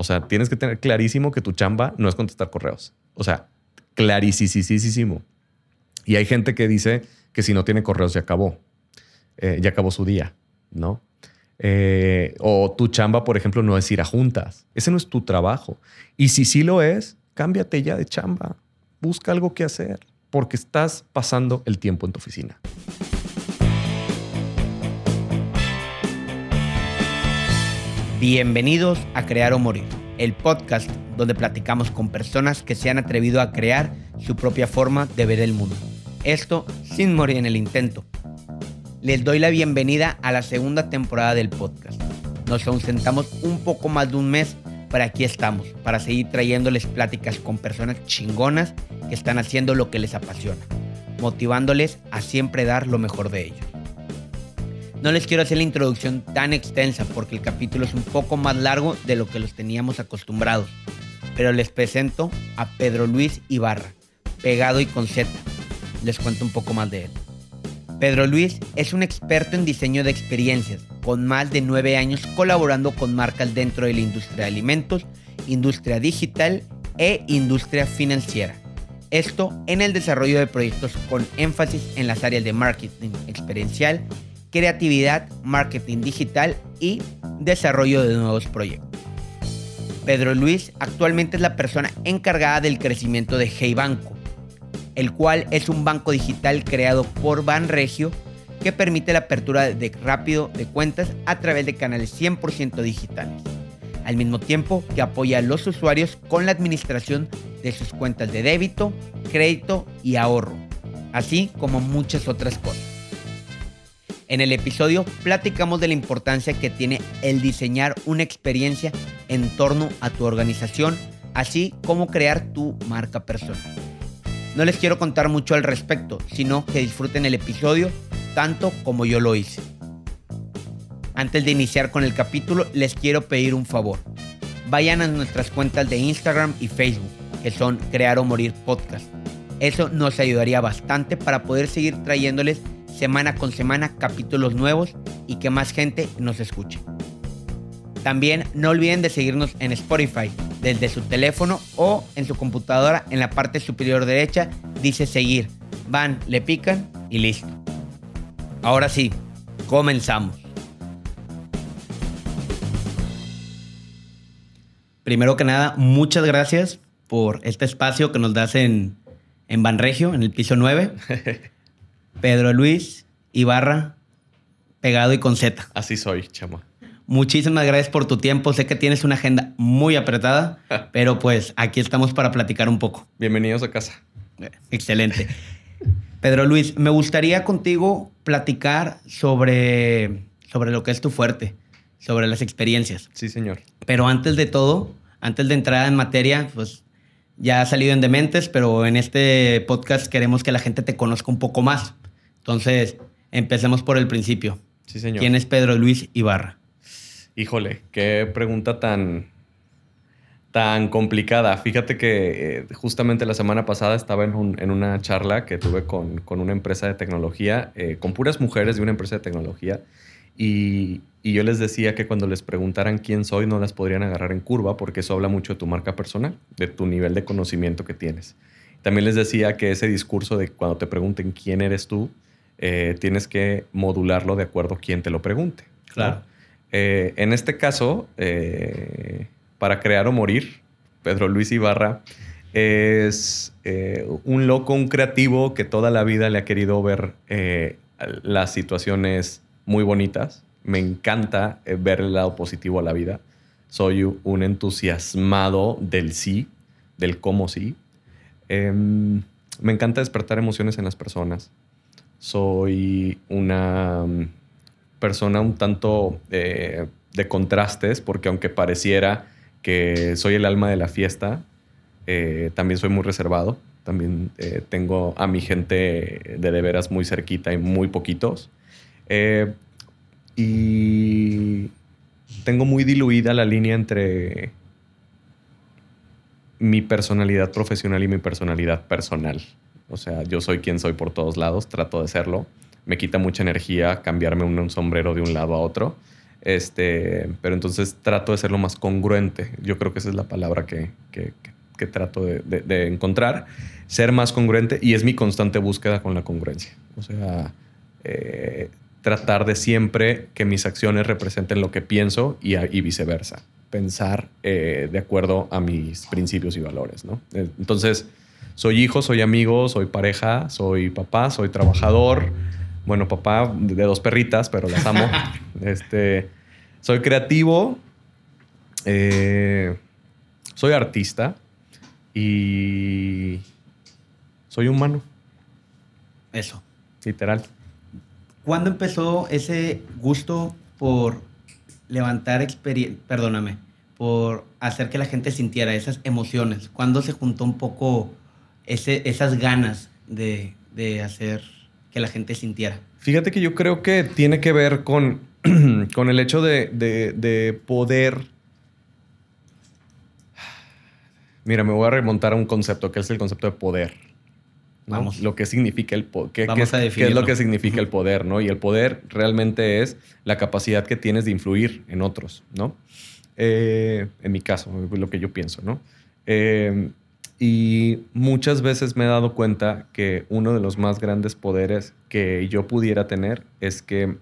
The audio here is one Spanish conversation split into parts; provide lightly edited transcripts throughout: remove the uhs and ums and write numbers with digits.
sea, tienes que tener clarísimo que tu chamba no es contestar correos. O sea, clarísimo. Y hay gente que dice que si no tiene correos ya acabó su día, ¿no? O tu chamba, por ejemplo, no es ir a juntas. Ese no es tu trabajo. Y si sí lo es, cámbiate ya de chamba. Busca algo que hacer porque estás pasando el tiempo en tu oficina. Bienvenidos a Crear o Morir, el podcast donde platicamos con personas que se han atrevido a crear su propia forma de ver el mundo. Esto sin morir en el intento. Les doy la bienvenida a la segunda temporada del podcast. Nos ausentamos un poco más de un mes, pero aquí estamos para seguir trayéndoles pláticas con personas chingonas que están haciendo lo que les apasiona, motivándoles a siempre dar lo mejor de ellos. No les quiero hacer la introducción tan extensa porque el capítulo es un poco más largo de lo que los teníamos acostumbrados, pero les presento a Pedro Luis Ibarra, pegado y con Z. Les cuento un poco más de él. Pedro Luis es un experto en diseño de experiencias, con más de 9 años colaborando con marcas dentro de la industria de alimentos, industria digital e industria financiera. Esto en el desarrollo de proyectos con énfasis en las áreas de marketing experiencial, creatividad, marketing digital y desarrollo de nuevos proyectos. Pedro Luis actualmente es la persona encargada del crecimiento de Hey Banco, el cual es un banco digital creado por Banregio que permite la apertura rápido de cuentas a través de canales 100% digitales, al mismo tiempo que apoya a los usuarios con la administración de sus cuentas de débito, crédito y ahorro, así como muchas otras cosas. En el episodio platicamos de la importancia que tiene el diseñar una experiencia en torno a tu organización, así como crear tu marca personal. No les quiero contar mucho al respecto, sino que disfruten el episodio tanto como yo lo hice. Antes de iniciar con el capítulo, les quiero pedir un favor. Vayan a nuestras cuentas de Instagram y Facebook, que son Crear o Morir Podcast. Eso nos ayudaría bastante para poder seguir trayéndoles semana con semana capítulos nuevos y que más gente nos escuche. También no olviden de seguirnos en Spotify desde su teléfono o en su computadora. En la parte superior derecha dice seguir. Van, le pican y listo. Ahora sí, comenzamos. Primero que nada, muchas gracias por este espacio que nos das en Banregio, en el piso 9. Pedro Luis Ibarra, pegado y con Z. Así soy, chama. Muchísimas gracias por tu tiempo. Sé que tienes una agenda muy apretada, pero pues aquí estamos para platicar un poco. Bienvenidos a casa. Excelente. Pedro Luis, me gustaría contigo platicar sobre lo que es tu fuerte, sobre las experiencias. Sí, señor. Pero antes de todo, antes de entrar en materia, pues ya ha salido en Dementes, pero en este podcast queremos que la gente te conozca un poco más. Entonces, empecemos por el principio. Sí, señor. ¿Quién es Pedro Luis Ibarra? Híjole, qué pregunta tan complicada. Fíjate que justamente la semana pasada estaba en una charla que tuve con una empresa de tecnología, con puras mujeres de una empresa de tecnología. Y yo les decía que cuando les preguntaran quién soy, no las podrían agarrar en curva porque eso habla mucho de tu marca personal, de tu nivel de conocimiento que tienes. También les decía que ese discurso de cuando te pregunten quién eres tú, tienes que modularlo de acuerdo a quién te lo pregunte. Claro. ¿No? En este caso, para Crear o Morir, Pedro Luis Ibarra es un loco, un creativo que toda la vida le ha querido ver las situaciones muy bonitas. Me encanta ver el lado positivo a la vida. Soy un entusiasmado del sí, del cómo sí. Me encanta despertar emociones en las personas. Soy una persona un tanto de contrastes, porque aunque pareciera que soy el alma de la fiesta, también soy muy reservado. También tengo a mi gente de veras muy cerquita y muy poquitos. Y tengo muy diluida la línea entre mi personalidad profesional y mi personalidad personal. O sea, yo soy quien soy por todos lados, trato de serlo. Me quita mucha energía cambiarme un sombrero de un lado a otro. Pero entonces trato de ser lo más congruente. Yo creo que esa es la palabra que trato de encontrar. Ser más congruente, y es mi constante búsqueda con la congruencia. O sea, tratar de siempre que mis acciones representen lo que pienso y viceversa. Pensar de acuerdo a mis principios y valores, ¿no? Entonces, soy hijo, soy amigo, soy pareja, soy papá, soy trabajador. Bueno, papá de 2 perritas, pero las amo. Soy creativo, soy artista y soy humano. Eso. Literal. ¿Cuándo empezó ese gusto por levantar por hacer que la gente sintiera esas emociones? ¿Cuándo se juntó un poco esas ganas de hacer que la gente sintiera? Fíjate que yo creo que tiene que ver con el hecho de poder... Mira, me voy a remontar a un concepto, que es el concepto de poder, ¿no? Vamos. Lo que significa el poder. ¿Qué ¿Qué es lo que significa el poder, ¿no? Y el poder realmente es la capacidad que tienes de influir en otros, ¿no? En mi caso, lo que yo pienso, ¿no? Y muchas veces me he dado cuenta que uno de los más grandes poderes que yo pudiera tener es que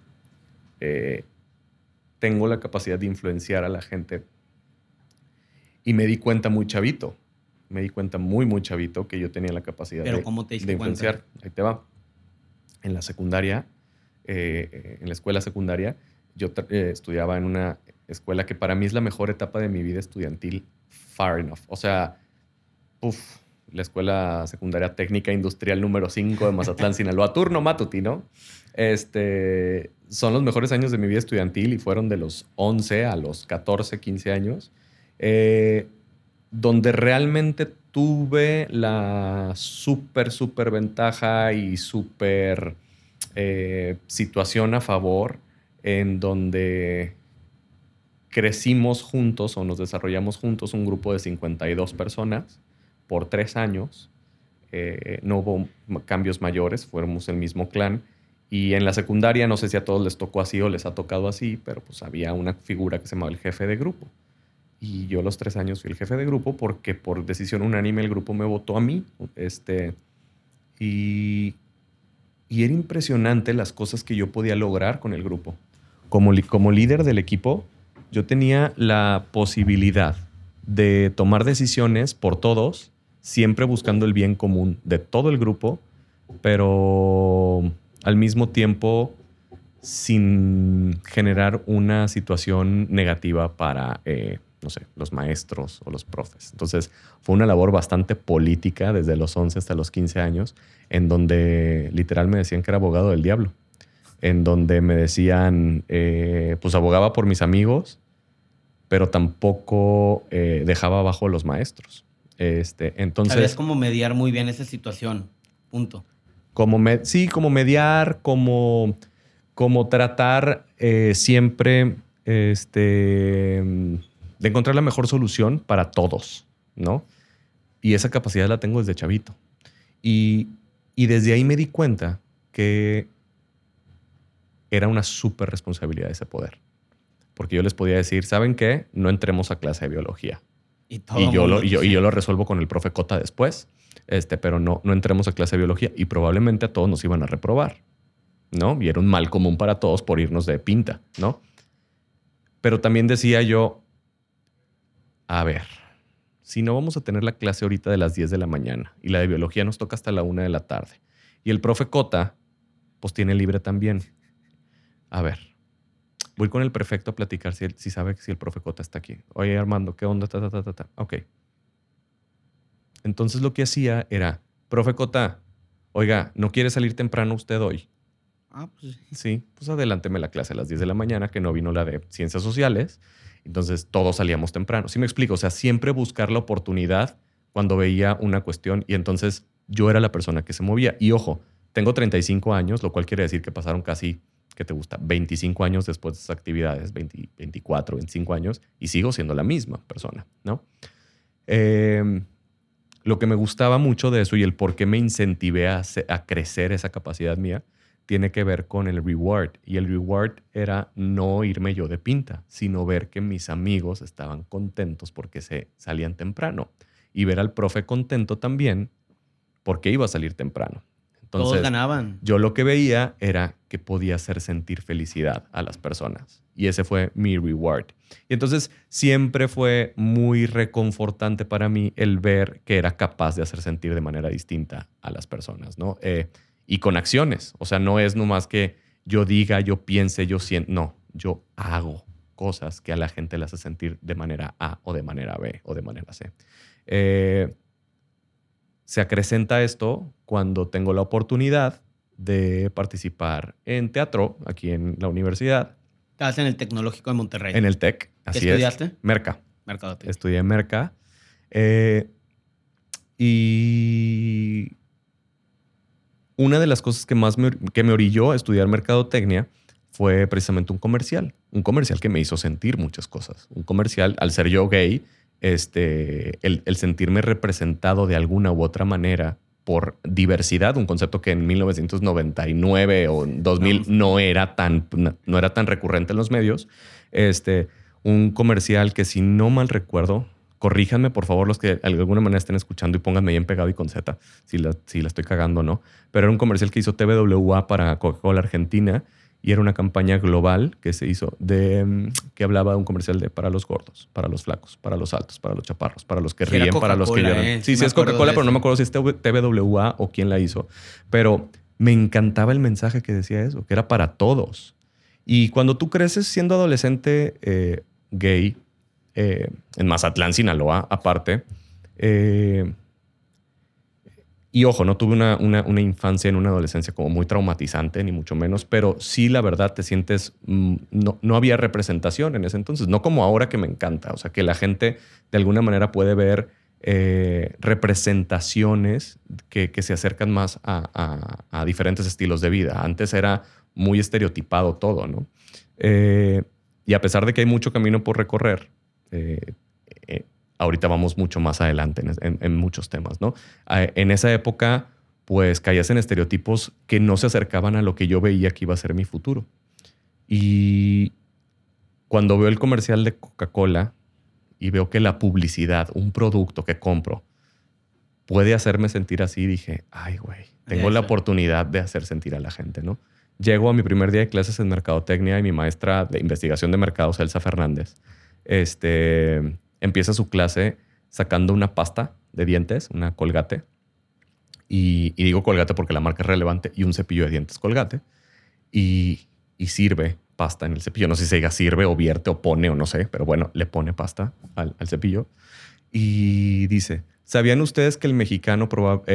tengo la capacidad de influenciar a la gente. Y me di cuenta muy chavito. Me di cuenta muy chavito que yo tenía la capacidad ¿Pero cómo te diste de influenciar. cuenta? Ahí te va. En la secundaria, en la escuela secundaria, yo estudiaba en una escuela que para mí es la mejor etapa de mi vida estudiantil, far enough. O sea, la escuela secundaria técnica industrial número 5 de Mazatlán, Sinaloa, turno matutino. Son los mejores años de mi vida estudiantil y fueron de los 11 a los 14, 15 años. Donde realmente tuve la súper ventaja y súper situación a favor, en donde crecimos juntos o nos desarrollamos juntos un grupo de 52 personas por 3 años. No hubo cambios mayores, fuéramos el mismo clan. Y en la secundaria, no sé si a todos les tocó así o les ha tocado así, pero pues había una figura que se llamaba el jefe de grupo. Y yo los 3 años fui el jefe de grupo porque por decisión unánime el grupo me votó a mí. Y era impresionante las cosas que yo podía lograr con el grupo. Como líder del equipo, yo tenía la posibilidad de tomar decisiones por todos, siempre buscando el bien común de todo el grupo, pero al mismo tiempo sin generar una situación negativa para... no sé, los maestros o los profes. Entonces, fue una labor bastante política desde los 11 hasta los 15 años, en donde literal me decían que era abogado del diablo, en donde me decían, pues abogaba por mis amigos, pero tampoco dejaba abajo a los maestros. Entonces... Sabías cómo mediar muy bien esa situación, punto. Como mediar, como tratar siempre... de encontrar la mejor solución para todos, ¿no? Y esa capacidad la tengo desde chavito. Y desde ahí me di cuenta que era una súper responsabilidad ese poder. Porque yo les podía decir, ¿saben qué? No entremos a clase de biología. Y yo lo resuelvo con el profe Cota después, pero no entremos a clase de biología. Y probablemente a todos nos iban a reprobar, ¿no? Y era un mal común para todos por irnos de pinta, ¿no? Pero también decía yo, a ver, si no vamos a tener la clase ahorita de las 10 de la mañana y la de biología nos toca hasta la 1 de la tarde y el profe Cota pues tiene libre también. A ver, voy con el prefecto a platicar si sabe si el profe Cota está aquí. Oye, Armando, ¿qué onda? Ok. Entonces lo que hacía era, profe Cota, oiga, ¿no quiere salir temprano usted hoy? Ah, pues sí. Pues adelánteme la clase a las 10 de la mañana, que no vino la de Ciencias Sociales. Entonces todos salíamos temprano. ¿Sí me explico? O sea, siempre buscar la oportunidad cuando veía una cuestión y entonces yo era la persona que se movía. Y ojo, tengo 35 años, lo cual quiere decir que pasaron casi, ¿qué te gusta? 25 años después de esas actividades, 24, 25 años, y sigo siendo la misma persona, ¿no? Lo que me gustaba mucho de eso y el por qué me incentivé a crecer esa capacidad mía tiene que ver con el reward. Y el reward era no irme yo de pinta, sino ver que mis amigos estaban contentos porque se salían temprano. Y ver al profe contento también porque iba a salir temprano. Entonces, todos ganaban. Yo lo que veía era que podía hacer sentir felicidad a las personas. Y ese fue mi reward. Y entonces siempre fue muy reconfortante para mí el ver que era capaz de hacer sentir de manera distinta a las personas, ¿no? Y con acciones. O sea, no es nomás que yo diga, yo piense, yo siento. No, yo hago cosas que a la gente le hace sentir de manera A o de manera B o de manera C. Se acrecenta esto cuando tengo la oportunidad de participar en teatro aquí en la universidad. Estabas en el Tecnológico de Monterrey. En el TEC, así es. ¿Qué estudiaste? Merca. Mercadotecnia. Estudié Merca. Y una de las cosas que más me orilló a estudiar mercadotecnia fue precisamente un comercial. Un comercial que me hizo sentir muchas cosas. Un comercial, al ser yo gay, el sentirme representado de alguna u otra manera por diversidad, un concepto que en 1999 o 2000 no era tan recurrente en los medios. Un comercial que, si no mal recuerdo, corríjanme por favor los que de alguna manera estén escuchando y pónganme bien pegado y con Z si la estoy cagando o no, pero era un comercial que hizo TVWA para Coca-Cola Argentina. Y era una campaña global que se hizo que hablaba de un comercial para los gordos, para los flacos, para los altos, para los chaparros, para los que ríen, para los que lloran. Sí, es Coca-Cola, pero no me acuerdo si es TVWA o quién la hizo. Pero me encantaba el mensaje que decía eso, que era para todos. Y cuando tú creces siendo adolescente gay, en Mazatlán, Sinaloa, aparte, y ojo, no tuve una infancia en una adolescencia como muy traumatizante, ni mucho menos, pero sí, la verdad, te sientes... No había representación en ese entonces, no como ahora que me encanta. O sea, que la gente de alguna manera puede ver representaciones que se acercan más a diferentes estilos de vida. Antes era muy estereotipado todo, ¿no? Y a pesar de que hay mucho camino por recorrer, ahorita vamos mucho más adelante en muchos temas, ¿no? En esa época, pues caías en estereotipos que no se acercaban a lo que yo veía que iba a ser mi futuro. Y cuando veo el comercial de Coca-Cola y veo que la publicidad, un producto que compro, puede hacerme sentir así, dije, ay, güey, tengo la oportunidad de hacer sentir a la gente, ¿no? Llego a mi primer día de clases en mercadotecnia y mi maestra de investigación de mercados, Elsa Fernández, empieza su clase sacando una pasta de dientes, una Colgate. Y digo Colgate porque la marca es relevante, y un cepillo de dientes Colgate. Y sirve pasta en el cepillo. No sé si se diga sirve o vierte o pone o no sé, pero bueno, le pone pasta al cepillo. Y dice, ¿sabían ustedes que el mexicano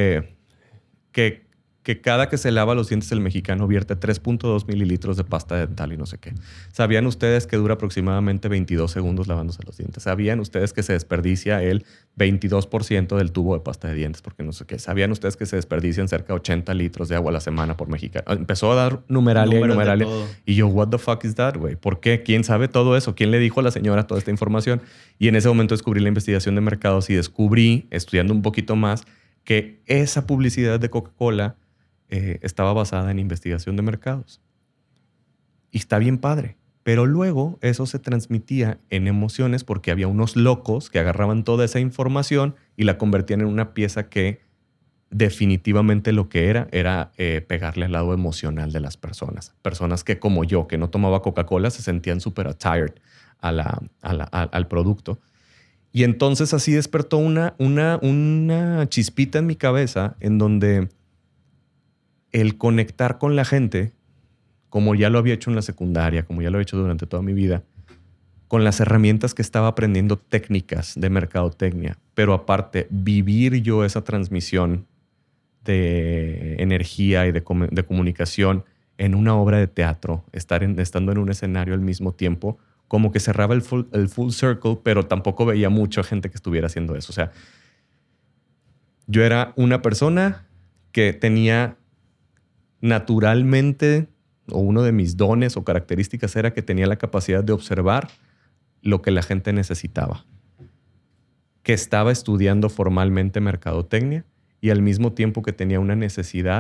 que cada que se lava los dientes el mexicano vierte 3.2 mililitros de pasta dental y no sé qué? ¿Sabían ustedes que dura aproximadamente 22 segundos lavándose los dientes? ¿Sabían ustedes que se desperdicia el 22% del tubo de pasta de dientes? Porque no sé qué. ¿Sabían ustedes que se desperdician cerca de 80 litros de agua a la semana por mexicano? Empezó a dar numeralia y numeralia. Y yo, what the fuck is that, güey? ¿Por qué? ¿Quién sabe todo eso? ¿Quién le dijo a la señora toda esta información? Y en ese momento descubrí la investigación de mercados y descubrí, estudiando un poquito más, que esa publicidad de Coca-Cola estaba basada en investigación de mercados. Y está bien padre. Pero luego eso se transmitía en emociones porque había unos locos que agarraban toda esa información y la convertían en una pieza que definitivamente lo que era pegarle al lado emocional de las personas. Personas que, como yo, que no tomaba Coca-Cola, se sentían súper attired al producto. Y entonces así despertó una chispita en mi cabeza en donde el conectar con la gente, como ya lo había hecho en la secundaria, como ya lo he hecho durante toda mi vida, con las herramientas que estaba aprendiendo técnicas de mercadotecnia, pero aparte vivir yo esa transmisión de energía y de comunicación en una obra de teatro, estando en un escenario al mismo tiempo, como que cerraba el full circle, pero tampoco veía mucha gente que estuviera haciendo eso. O sea, yo era una persona que tenía naturalmente, o uno de mis dones o características era que tenía la capacidad de observar lo que la gente necesitaba, que estaba estudiando formalmente mercadotecnia y al mismo tiempo que tenía una necesidad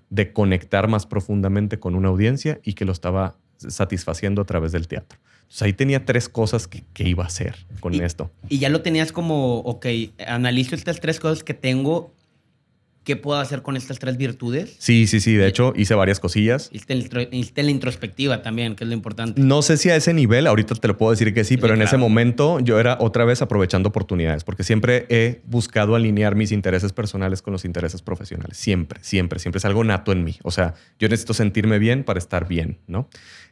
de conectar más profundamente con una audiencia y que lo estaba satisfaciendo a través del teatro. Entonces ahí tenía 3 cosas que iba a hacer con esto. Y ya lo tenías como, ok, analizo estas 3 cosas que tengo. ¿Qué puedo hacer con estas 3 virtudes? Sí. De hecho, hice varias cosillas. Hiciste la introspectiva también, que es lo importante. No sé si a ese nivel, ahorita te lo puedo decir que sí, pero en ese momento yo era otra vez aprovechando oportunidades, porque siempre he buscado alinear mis intereses personales con los intereses profesionales. Siempre. Es algo nato en mí. O sea, yo necesito sentirme bien para estar bien, ¿no?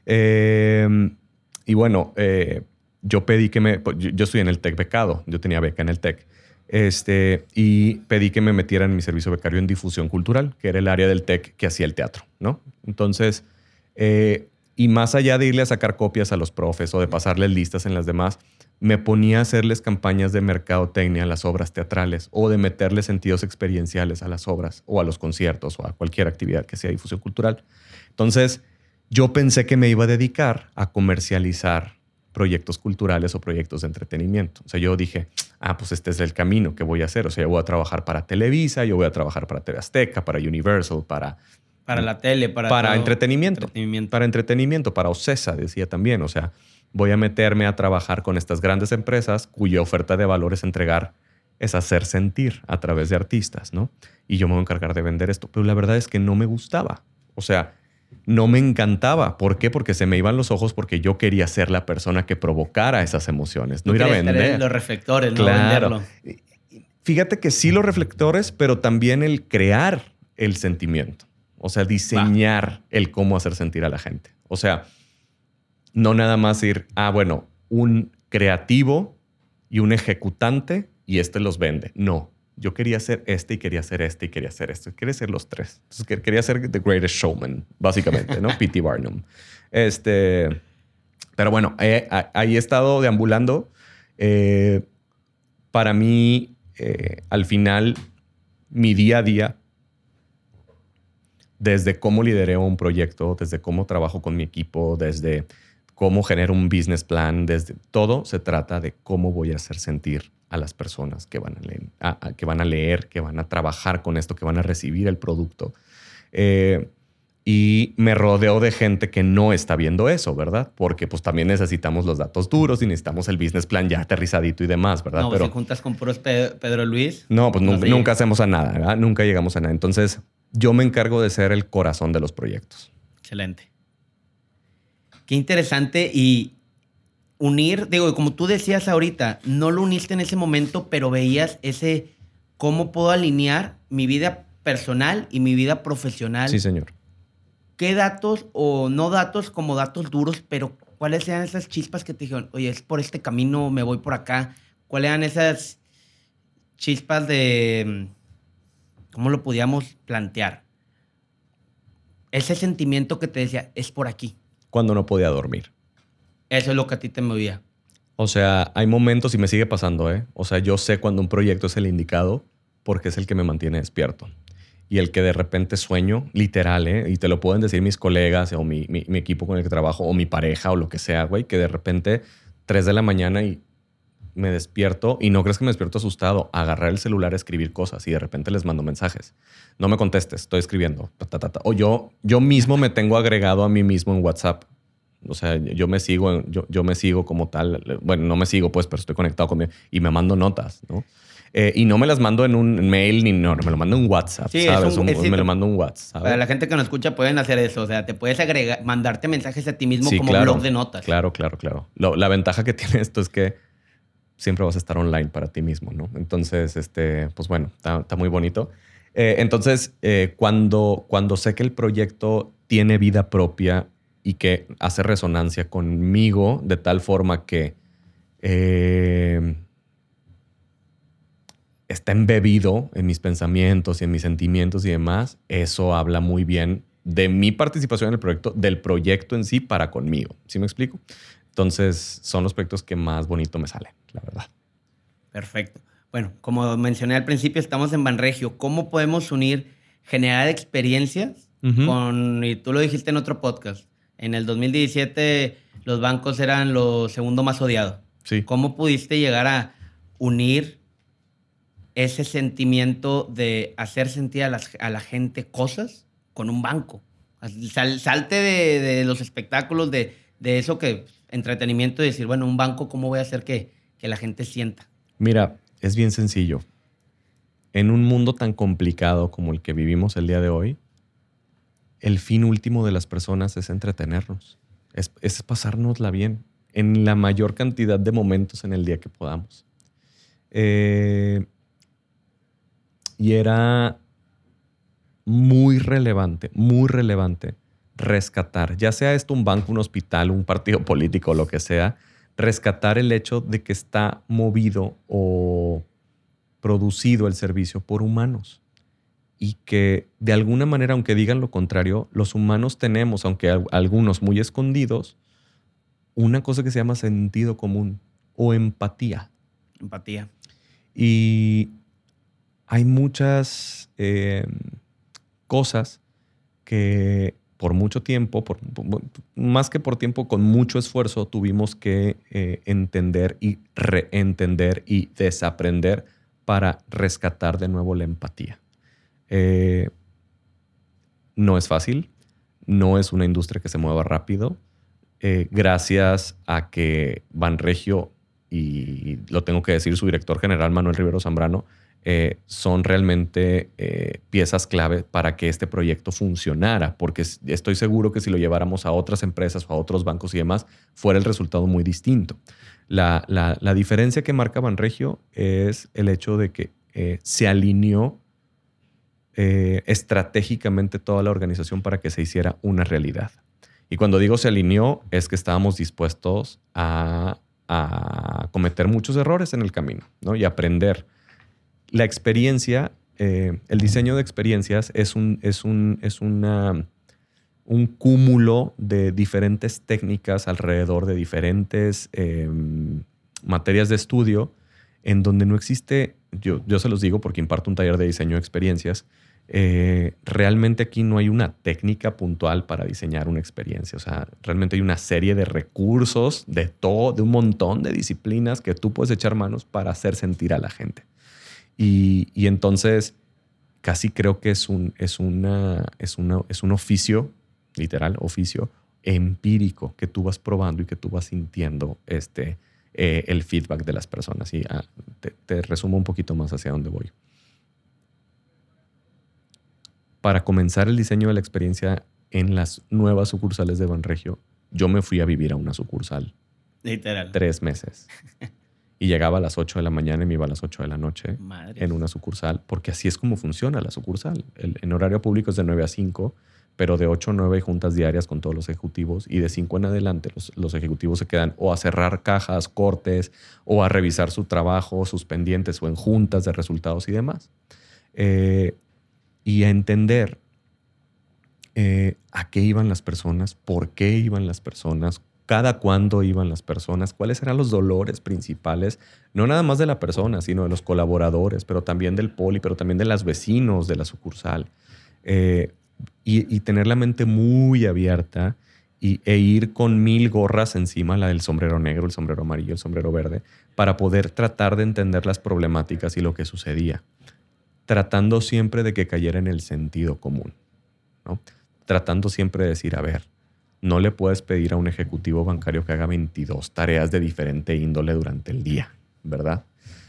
Y bueno, yo pedí que yo estoy en el TEC becado. Yo tenía beca en el TEC. Y pedí que me metieran en mi servicio becario en difusión cultural, que era el área del TEC que hacía el teatro, ¿no? Entonces, y más allá de irle a sacar copias a los profes o de pasarles listas en las demás, me ponía a hacerles campañas de mercadotecnia a las obras teatrales o de meterle sentidos experienciales a las obras o a los conciertos o a cualquier actividad que sea difusión cultural. Entonces, yo pensé que me iba a dedicar a comercializar proyectos culturales o proyectos de entretenimiento. O sea, yo dije, pues este es el camino que voy a hacer. O sea, yo voy a trabajar para Televisa, yo voy a trabajar para TV Azteca, para Universal, para la tele, para entretenimiento. Para entretenimiento, para OCESA, decía también. O sea, voy a meterme a trabajar con estas grandes empresas cuya oferta de valor es entregar, es hacer sentir a través de artistas, ¿no? Y yo me voy a encargar de vender esto. Pero la verdad es que no me gustaba. O sea, no me encantaba. ¿Por qué? Porque se me iban los ojos porque yo quería ser la persona que provocara esas emociones. No ir a vender. Los reflectores, claro. No venderlo. Fíjate que sí los reflectores, pero también el crear el sentimiento. O sea, diseñar el cómo hacer sentir a la gente. O sea, no nada más ir, bueno, un creativo y un ejecutante y los vende. No. Yo quería hacer y quería hacer y quería hacer esto. Quería ser los 3. Entonces, quería ser The Greatest Showman, básicamente, ¿no? P.T. Barnum. Pero bueno, ahí he estado deambulando. Para mí, al final, mi día a día, desde cómo lidereo un proyecto, desde cómo trabajo con mi equipo, desde cómo genero un business plan, desde todo se trata de cómo voy a hacer sentir a las personas que van a leer, que van a trabajar con esto, que van a recibir el producto. Y me rodeo de gente que no está viendo eso, ¿verdad? Porque pues también necesitamos los datos duros y necesitamos el business plan ya aterrizadito y demás, ¿verdad? No, pero si juntas con puros Pedro Luis. No, pues nunca hacemos a nada, ¿verdad? Nunca llegamos a nada. Entonces, yo me encargo de ser el corazón de los proyectos. Excelente. Qué interesante y unir, como tú decías ahorita, no lo uniste en ese momento, pero veías cómo puedo alinear mi vida personal y mi vida profesional. Sí, señor. ¿Qué datos o no datos como datos duros, pero cuáles eran esas chispas que te dijeron, oye, es por este camino, me voy por acá? ¿Cuáles eran esas chispas de, cómo lo podíamos plantear? Ese sentimiento que te decía, es por aquí. Cuando no podía dormir. Eso es lo que a ti te movía. O sea, hay momentos y me sigue pasando, ¿eh? O sea, yo sé cuando un proyecto es el indicado porque es el que me mantiene despierto. Y el que de repente sueño, literal, ¿eh? Y te lo pueden decir mis colegas o mi equipo con el que trabajo o mi pareja o lo que sea, güey, que de repente 3 de la mañana y me despierto y no crees que me despierto asustado, agarrar el celular a escribir cosas y de repente les mando mensajes. No me contestes, estoy escribiendo. O yo mismo me tengo agregado a mí mismo en WhatsApp. O sea, yo me sigo como tal. Bueno, no me sigo pues, pero estoy conectado conmigo y me mando notas, ¿no? Y no me las mando en un mail ni no, me lo mando en WhatsApp, sí, ¿sabes? Me lo mando en WhatsApp, ¿sabes? Para la gente que nos escucha pueden hacer eso. O sea, te puedes mandarte mensajes a ti mismo sí, como claro, blog de notas. Claro. La ventaja que tiene esto es que siempre vas a estar online para ti mismo, ¿no? Entonces, pues bueno, está muy bonito. Entonces, cuando sé que el proyecto tiene vida propia y que hace resonancia conmigo de tal forma que está embebido en mis pensamientos y en mis sentimientos y demás, eso habla muy bien de mi participación en el proyecto, del proyecto en sí para conmigo. ¿Sí me explico? Entonces, son los proyectos que más bonito me salen, la verdad. Perfecto. Bueno, como mencioné al principio, estamos en Banregio. ¿Cómo podemos unir, generar experiencias con, y tú lo dijiste en otro podcast, en el 2017 los bancos eran lo segundo más odiado? Sí. ¿Cómo pudiste llegar a unir ese sentimiento de hacer sentir a la gente cosas con un banco. Salte de los espectáculos, de eso que entretenimiento y decir, bueno, un banco, ¿cómo voy a hacer que la gente sienta? Mira, es bien sencillo. En un mundo tan complicado como el que vivimos el día de hoy, el fin último de las personas es entretenernos, es pasárnosla bien en la mayor cantidad de momentos en el día que podamos. Y era muy relevante rescatar, ya sea esto un banco, un hospital, un partido político, lo que sea, rescatar el hecho de que está movido o producido el servicio por humanos y que de alguna manera, aunque digan lo contrario, los humanos tenemos, aunque algunos muy escondidos, una cosa que se llama sentido común o empatía. Empatía. Y hay muchas cosas que por mucho tiempo, más que por tiempo, con mucho esfuerzo, tuvimos que entender y reentender y desaprender para rescatar de nuevo la empatía. No es fácil, no es una industria que se mueva rápido. Gracias a que Banregio, y lo tengo que decir, su director general Manuel Rivero Zambrano, son realmente piezas clave para que este proyecto funcionara, porque estoy seguro que si lo lleváramos a otras empresas o a otros bancos y demás, fuera el resultado muy distinto. La diferencia que marca Banregio es el hecho de que se alineó estratégicamente toda la organización para que se hiciera una realidad. Y cuando digo se alineó, es que estábamos dispuestos a cometer muchos errores en el camino, ¿no? Y aprender. La experiencia, el diseño de experiencias es un cúmulo de diferentes técnicas alrededor de diferentes materias de estudio en donde no existe, yo se los digo porque imparto un taller de diseño de experiencias, realmente aquí no hay una técnica puntual para diseñar una experiencia. O sea, realmente hay una serie de recursos de un montón de disciplinas que tú puedes echar manos para hacer sentir a la gente. Y entonces casi creo que es un oficio, literal, oficio empírico que tú vas probando y que tú vas sintiendo el feedback de las personas. Y te resumo un poquito más hacia dónde voy. Para comenzar el diseño de la experiencia en las nuevas sucursales de Banregio, yo me fui a vivir a una sucursal. Literal. 3 meses. Y llegaba a las 8 de la mañana y me iba a las 8 de la noche. Madres. En una sucursal, porque así es como funciona la sucursal. En horario público es de 9 a 5, pero de 8 a 9 hay juntas diarias con todos los ejecutivos y de 5 en adelante los ejecutivos se quedan o a cerrar cajas, cortes, o a revisar su trabajo, sus pendientes o en juntas de resultados y demás. Y a entender a qué iban las personas, por qué iban las personas, cada cuándo iban las personas, cuáles eran los dolores principales, no nada más de la persona, sino de los colaboradores, pero también del poli, pero también de los vecinos de la sucursal. Y tener la mente muy abierta e ir con 1000 gorras encima, la del sombrero negro, el sombrero amarillo, el sombrero verde, para poder tratar de entender las problemáticas y lo que sucedía. Tratando siempre de que cayera en el sentido común, ¿no? Tratando siempre de decir, a ver, no le puedes pedir a un ejecutivo bancario que haga 22 tareas de diferente índole durante el día, ¿verdad?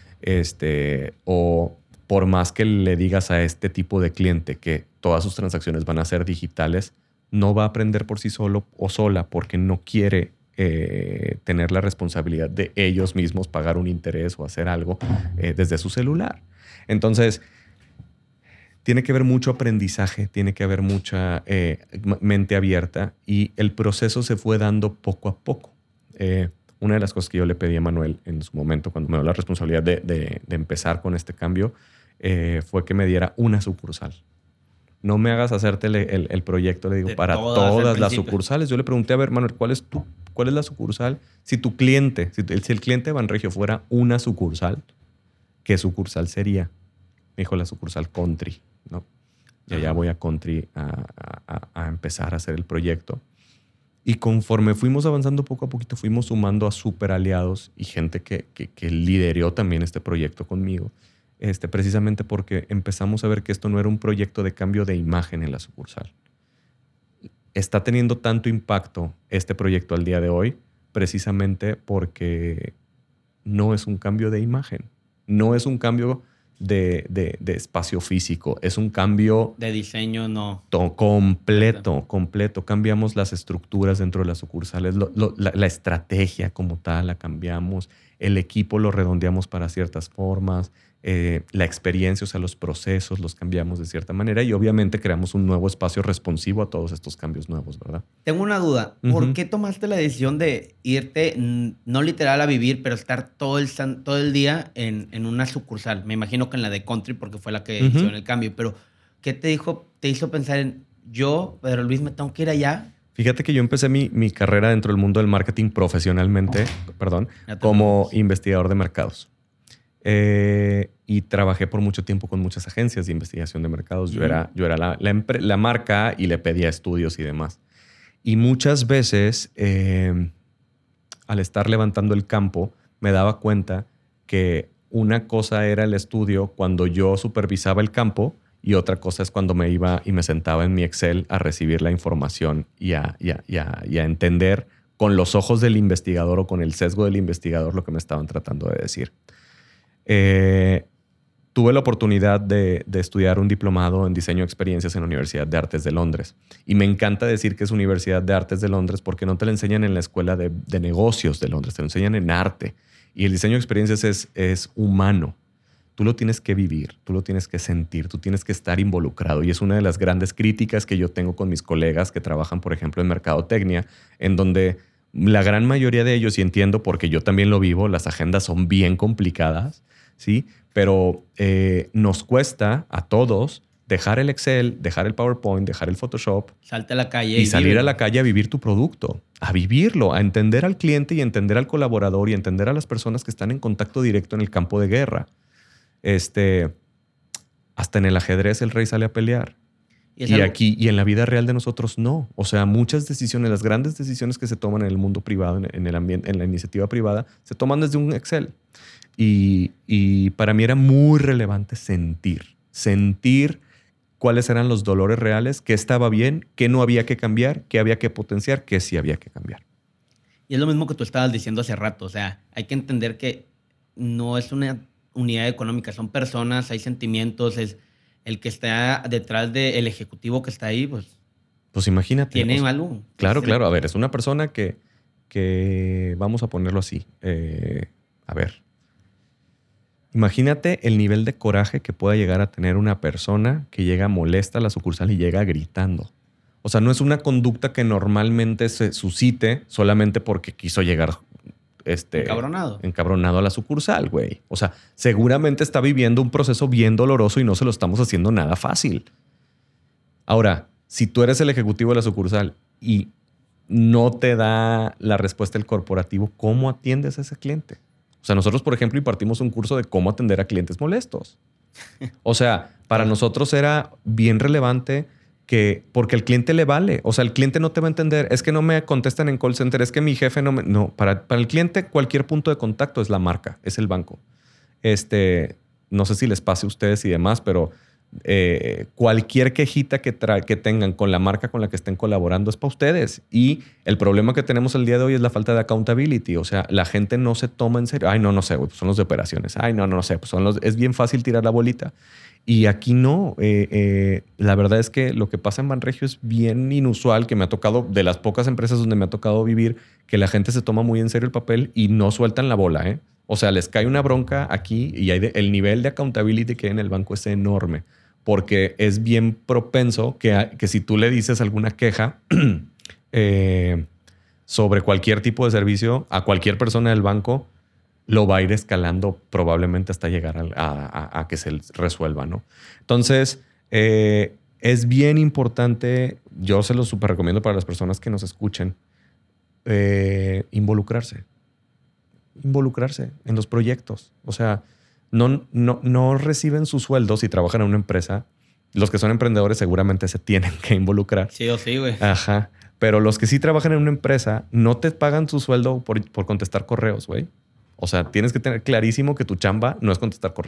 O por más que le digas a este tipo de cliente que todas sus transacciones van a ser digitales, no va a aprender por sí solo o sola porque no quiere tener la responsabilidad de ellos mismos pagar un interés o hacer algo desde su celular. Entonces, tiene que haber mucho aprendizaje, tiene que haber mucha mente abierta y el proceso se fue dando poco a poco. Una de las cosas que yo le pedí a Manuel en su momento, cuando me dio la responsabilidad de empezar con este cambio, fue que me diera una sucursal. No me hagas hacerte el proyecto, le digo, para todas las sucursales. Yo le pregunté, a ver, Manuel, ¿cuál es la sucursal? Si tu cliente, si el cliente de Banregio fuera una sucursal, ¿qué sucursal sería? Me dijo la sucursal Country, ¿no? Y allá voy a Country a empezar a hacer el proyecto. Y conforme fuimos avanzando poco a poquito, fuimos sumando a súper aliados y gente que lideró también este proyecto conmigo. precisamente porque empezamos a ver que esto no era un proyecto de cambio de imagen en la sucursal. Está teniendo tanto impacto este proyecto al día de hoy precisamente porque no es un cambio de imagen, no es un cambio de espacio físico, es un cambio de diseño, no. Completo. Cambiamos las estructuras dentro de las sucursales, la estrategia como tal la cambiamos, el equipo lo redondeamos para ciertas formas, la experiencia, o sea, los procesos los cambiamos de cierta manera y obviamente creamos un nuevo espacio responsivo a todos estos cambios nuevos, ¿verdad? Tengo una duda. ¿Por qué tomaste la decisión de irte, no literal a vivir, pero estar todo el día en una sucursal? Me imagino que en la de Country porque fue la que hicieron el cambio, pero ¿qué te hizo pensar en yo, Pedro Luis, me tengo que ir allá? Fíjate que yo empecé mi carrera dentro del mundo del marketing profesionalmente, como investigador de mercados. Y trabajé por mucho tiempo con muchas agencias de investigación de mercados. Yo era la marca y le pedía estudios y demás. Y muchas veces, al estar levantando el campo, me daba cuenta que una cosa era el estudio cuando yo supervisaba el campo y otra cosa es cuando me iba y me sentaba en mi Excel a recibir la información y a entender con los ojos del investigador o con el sesgo del investigador lo que me estaban tratando de decir. Tuve la oportunidad de estudiar un diplomado en diseño de experiencias en la Universidad de Artes de Londres. Y me encanta decir que es Universidad de Artes de Londres porque no te la enseñan en la Escuela de Negocios de Londres, te lo enseñan en arte. Y el diseño de experiencias es humano. Tú lo tienes que vivir, tú lo tienes que sentir, tú tienes que estar involucrado. Y es una de las grandes críticas que yo tengo con mis colegas que trabajan, por ejemplo, en mercadotecnia, en donde la gran mayoría de ellos, y entiendo porque yo también lo vivo, las agendas son bien complicadas, ¿sí? Pero nos cuesta a todos dejar el Excel, dejar el PowerPoint, dejar el Photoshop. Salte a la calle y salir a la calle a vivir tu producto, a vivirlo, a entender al cliente y entender al colaborador y entender a las personas que están en contacto directo en el campo de guerra. Hasta en el ajedrez el rey sale a pelear. Y aquí y en la vida real de nosotros no. O sea, muchas decisiones, las grandes decisiones que se toman en el mundo privado, en el ambiente, en la iniciativa privada, se toman desde un Excel. Y para mí era muy relevante sentir cuáles eran los dolores reales, qué estaba bien, qué no había que cambiar, qué había que potenciar, qué sí había que cambiar. Y es lo mismo que tú estabas diciendo hace rato. O sea, hay que entender que no es una unidad económica, son personas, hay sentimientos, es el que está detrás del ejecutivo que está ahí, pues imagínate. Tiene algo. Claro. A ver, es una persona que vamos a ponerlo así. A ver. Imagínate el nivel de coraje que pueda llegar a tener una persona que llega molesta a la sucursal y llega gritando. O sea, no es una conducta que normalmente se suscite solamente porque quiso llegar encabronado a la sucursal, güey. O sea, seguramente está viviendo un proceso bien doloroso y no se lo estamos haciendo nada fácil. Ahora, si tú eres el ejecutivo de la sucursal y no te da la respuesta el corporativo, ¿cómo atiendes a ese cliente? O sea, nosotros, por ejemplo, impartimos un curso de cómo atender a clientes molestos. O sea, para nosotros era bien relevante porque al cliente le vale. O sea, el cliente no te va a entender. Es que no me contestan en call center. Es que mi jefe no me... No, para el cliente cualquier punto de contacto es la marca, es el banco. No sé si les pase a ustedes y demás, pero cualquier quejita que tengan con la marca con la que estén colaborando es para ustedes. Y el problema que tenemos el día de hoy es la falta de accountability. O sea, la gente no se toma en serio. Ay, no sé, pues son los de operaciones. Ay, no sé, pues es bien fácil tirar la bolita. Y aquí no. La verdad es que lo que pasa en Banregio es bien inusual, que me ha tocado, de las pocas empresas donde me ha tocado vivir, que la gente se toma muy en serio el papel y no sueltan la bola, ¿eh? O sea, les cae una bronca aquí y el nivel de accountability que hay en el banco es enorme. Porque es bien propenso que si tú le dices alguna queja sobre cualquier tipo de servicio a cualquier persona del banco, lo va a ir escalando probablemente hasta llegar a que se resuelva, ¿no? Entonces, es bien importante, yo se lo súper recomiendo para las personas que nos escuchen, involucrarse en los proyectos. O sea, no reciben sus sueldos si trabajan en una empresa. Los que son emprendedores seguramente se tienen que involucrar. Sí o sí, güey. Ajá. Pero los que sí trabajan en una empresa no te pagan su sueldo por contestar correos, güey. O sea, tienes que tener clarísimo que tu chamba no es contestar correos.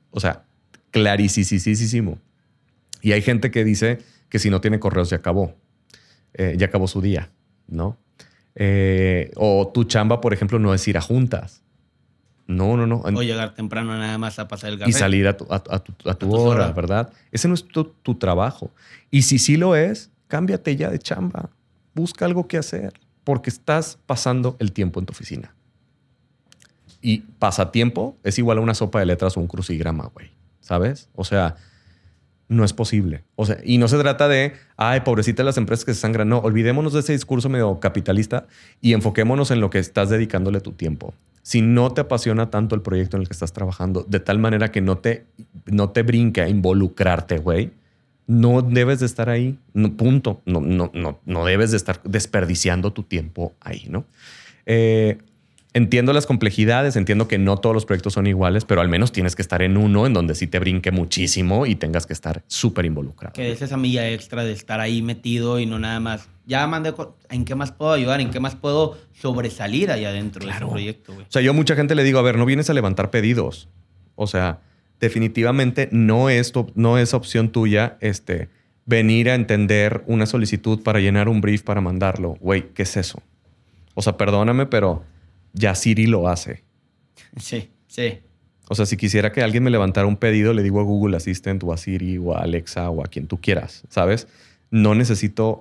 O sea, clarísimo. Y hay gente que dice que si no tiene correos ya acabó su día, ¿no? O tu chamba, por ejemplo, no es ir a juntas. No. O llegar temprano nada más a pasar el café. Y salir a tu hora, ¿verdad? Ese no es tu trabajo. Y si sí lo es, cámbiate ya de chamba. Busca algo que hacer porque estás pasando el tiempo en tu oficina. Y pasatiempo es igual a una sopa de letras o un crucigrama, güey. ¿Sabes? O sea, no es posible. O sea, y no se trata de, ay, pobrecita las empresas que se sangran. No, olvidémonos de ese discurso medio capitalista y enfoquémonos en lo que estás dedicándole tu tiempo. Si no te apasiona tanto el proyecto en el que estás trabajando, de tal manera que no te brinque a involucrarte, güey, no debes de estar ahí. No, punto. No debes de estar desperdiciando tu tiempo ahí, ¿no? Entiendo las complejidades, entiendo que no todos los proyectos son iguales, pero al menos tienes que estar en uno en donde sí te brinque muchísimo y tengas que estar súper involucrado. Que es esa milla extra de estar ahí metido y no nada más. Ya mandé, ¿en qué más puedo ayudar? ¿En qué más puedo sobresalir allá adentro de ese proyecto, güey? O sea, yo a mucha gente le digo, a ver, no vienes a levantar pedidos. O sea, definitivamente no es opción tuya venir a entender una solicitud para llenar un brief para mandarlo. Güey, ¿qué es eso? O sea, perdóname, pero ya Siri lo hace. Sí. O sea, si quisiera que alguien me levantara un pedido, le digo a Google Assistant o a Siri o a Alexa o a quien tú quieras, ¿sabes? No necesito...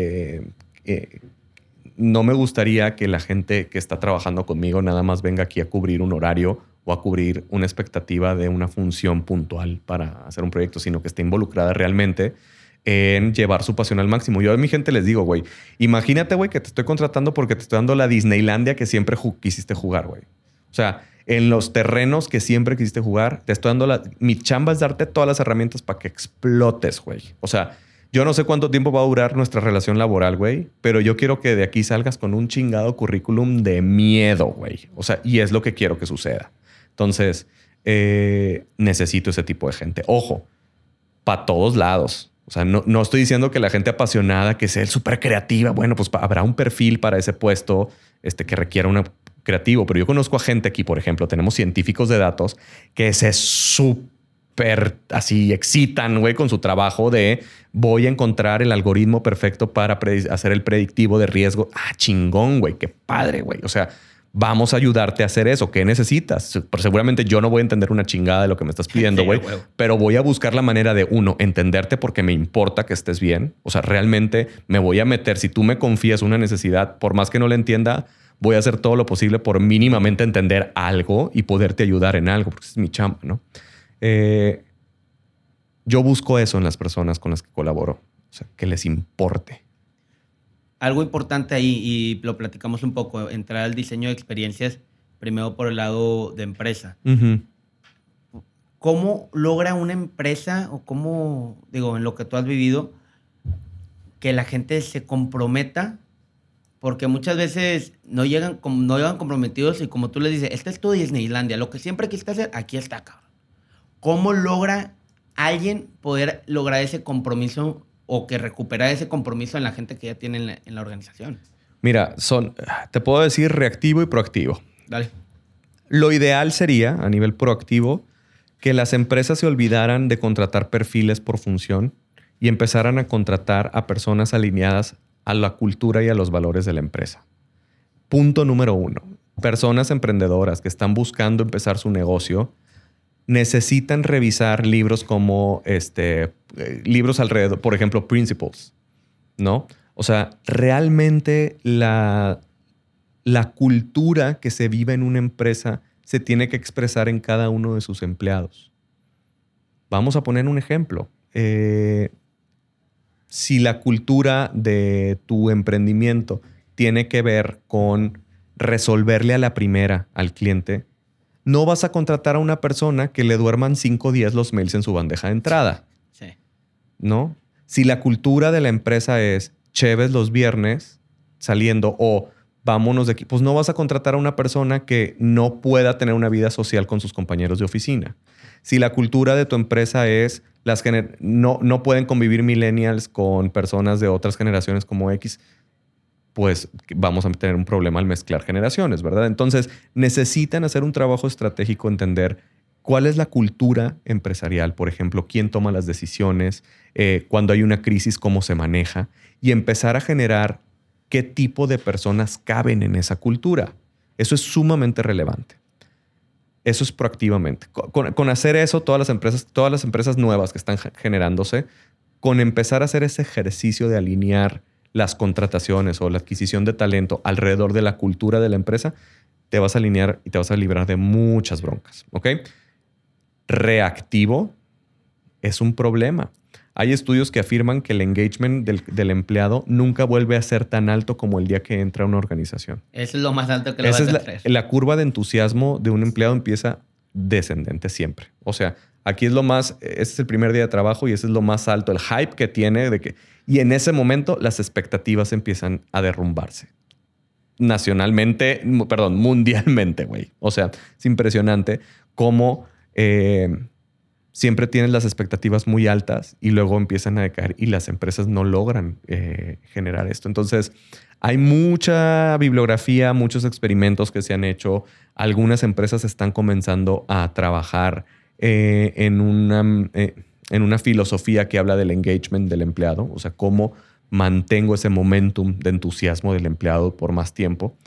no me gustaría que la gente que está trabajando conmigo nada más venga aquí a cubrir un horario o a cubrir una expectativa de una función puntual para hacer un proyecto, sino que esté involucrada realmente en llevar su pasión al máximo. Yo a mi gente les digo, güey, imagínate, güey, que te estoy contratando porque te estoy dando la Disneylandia que siempre quisiste jugar, güey. O sea, en los terrenos que siempre quisiste jugar, te estoy dando mi chamba es darte todas las herramientas para que explotes, güey. O sea, yo no sé cuánto tiempo va a durar nuestra relación laboral, güey, pero yo quiero que de aquí salgas con un chingado currículum de miedo, güey. O sea, y es lo que quiero que suceda. Entonces, necesito ese tipo de gente. Ojo, para todos lados. O sea, no estoy diciendo que la gente apasionada, que sea súper creativa, bueno, pues habrá un perfil para ese puesto que requiera un creativo. Pero yo conozco a gente aquí, por ejemplo, tenemos científicos de datos que se súper así excitan, güey, con su trabajo de voy a encontrar el algoritmo perfecto para hacer el predictivo de riesgo. Ah, chingón, güey, qué padre, güey. O sea, vamos a ayudarte a hacer eso. ¿Qué necesitas? Pero seguramente yo no voy a entender una chingada de lo que me estás pidiendo, güey. Sí, pero voy a buscar la manera de, uno, entenderte porque me importa que estés bien. O sea, realmente me voy a meter. Si tú me confías una necesidad, por más que no la entienda, voy a hacer todo lo posible por mínimamente entender algo y poderte ayudar en algo, porque es mi chamba, ¿no? Yo busco eso en las personas con las que colaboro. O sea, que les importe. Algo importante ahí, y lo platicamos un poco, entrar al diseño de experiencias primero por el lado de empresa. Uh-huh. ¿Cómo logra una empresa o cómo, digo, en lo que tú has vivido, que la gente se comprometa? Porque muchas veces no llegan comprometidos y como tú les dices, esta es tu Disneylandia, lo que siempre quisiste hacer, aquí está, cabrón. ¿Cómo logra alguien poder lograr ese compromiso o que recuperar ese compromiso en la gente que ya tiene en la organización? Mira, te puedo decir reactivo y proactivo. Dale. Lo ideal sería, a nivel proactivo, que las empresas se olvidaran de contratar perfiles por función y empezaran a contratar a personas alineadas a la cultura y a los valores de la empresa. Punto número 1. Personas emprendedoras que están buscando empezar su negocio necesitan revisar libros como libros alrededor, por ejemplo, Principles, ¿no? O sea, realmente la cultura que se vive en una empresa se tiene que expresar en cada uno de sus empleados. Vamos a poner un ejemplo. Si la cultura de tu emprendimiento tiene que ver con resolverle a la primera al cliente, no vas a contratar a una persona que le duerman 5 días los mails en su bandeja de entrada. Sí. ¿No? Si la cultura de la empresa es cheves los viernes saliendo o vámonos de aquí, pues no vas a contratar a una persona que no pueda tener una vida social con sus compañeros de oficina. Si la cultura de tu empresa es no pueden convivir millennials con personas de otras generaciones como X, pues vamos a tener un problema al mezclar generaciones, ¿verdad? Entonces, necesitan hacer un trabajo estratégico, entender ¿Cuál es la cultura empresarial? Por ejemplo, ¿quién toma las decisiones? Cuando hay una crisis, ¿cómo se maneja? Y empezar a generar qué tipo de personas caben en esa cultura. Eso es sumamente relevante. Eso es proactivamente. Con hacer eso, todas las empresas nuevas que están generándose, con empezar a hacer ese ejercicio de alinear las contrataciones o la adquisición de talento alrededor de la cultura de la empresa, te vas a alinear y te vas a librar de muchas broncas. ¿Ok? Reactivo es un problema. Hay estudios que afirman que el engagement del empleado nunca vuelve a ser tan alto como el día que entra a una organización. Eso es lo más alto que lo vas a traer. La curva de entusiasmo de un empleado empieza descendente siempre. O sea, aquí ese es el primer día de trabajo y ese es lo más alto, el hype que tiene y en ese momento las expectativas empiezan a derrumbarse. Mundialmente, güey. O sea, es impresionante cómo siempre tienen las expectativas muy altas y luego empiezan a decaer y las empresas no logran generar esto. Entonces, hay mucha bibliografía, muchos experimentos que se han hecho. Algunas empresas están comenzando a trabajar en una filosofía que habla del engagement del empleado, o sea, cómo mantengo ese momentum de entusiasmo del empleado por más tiempo.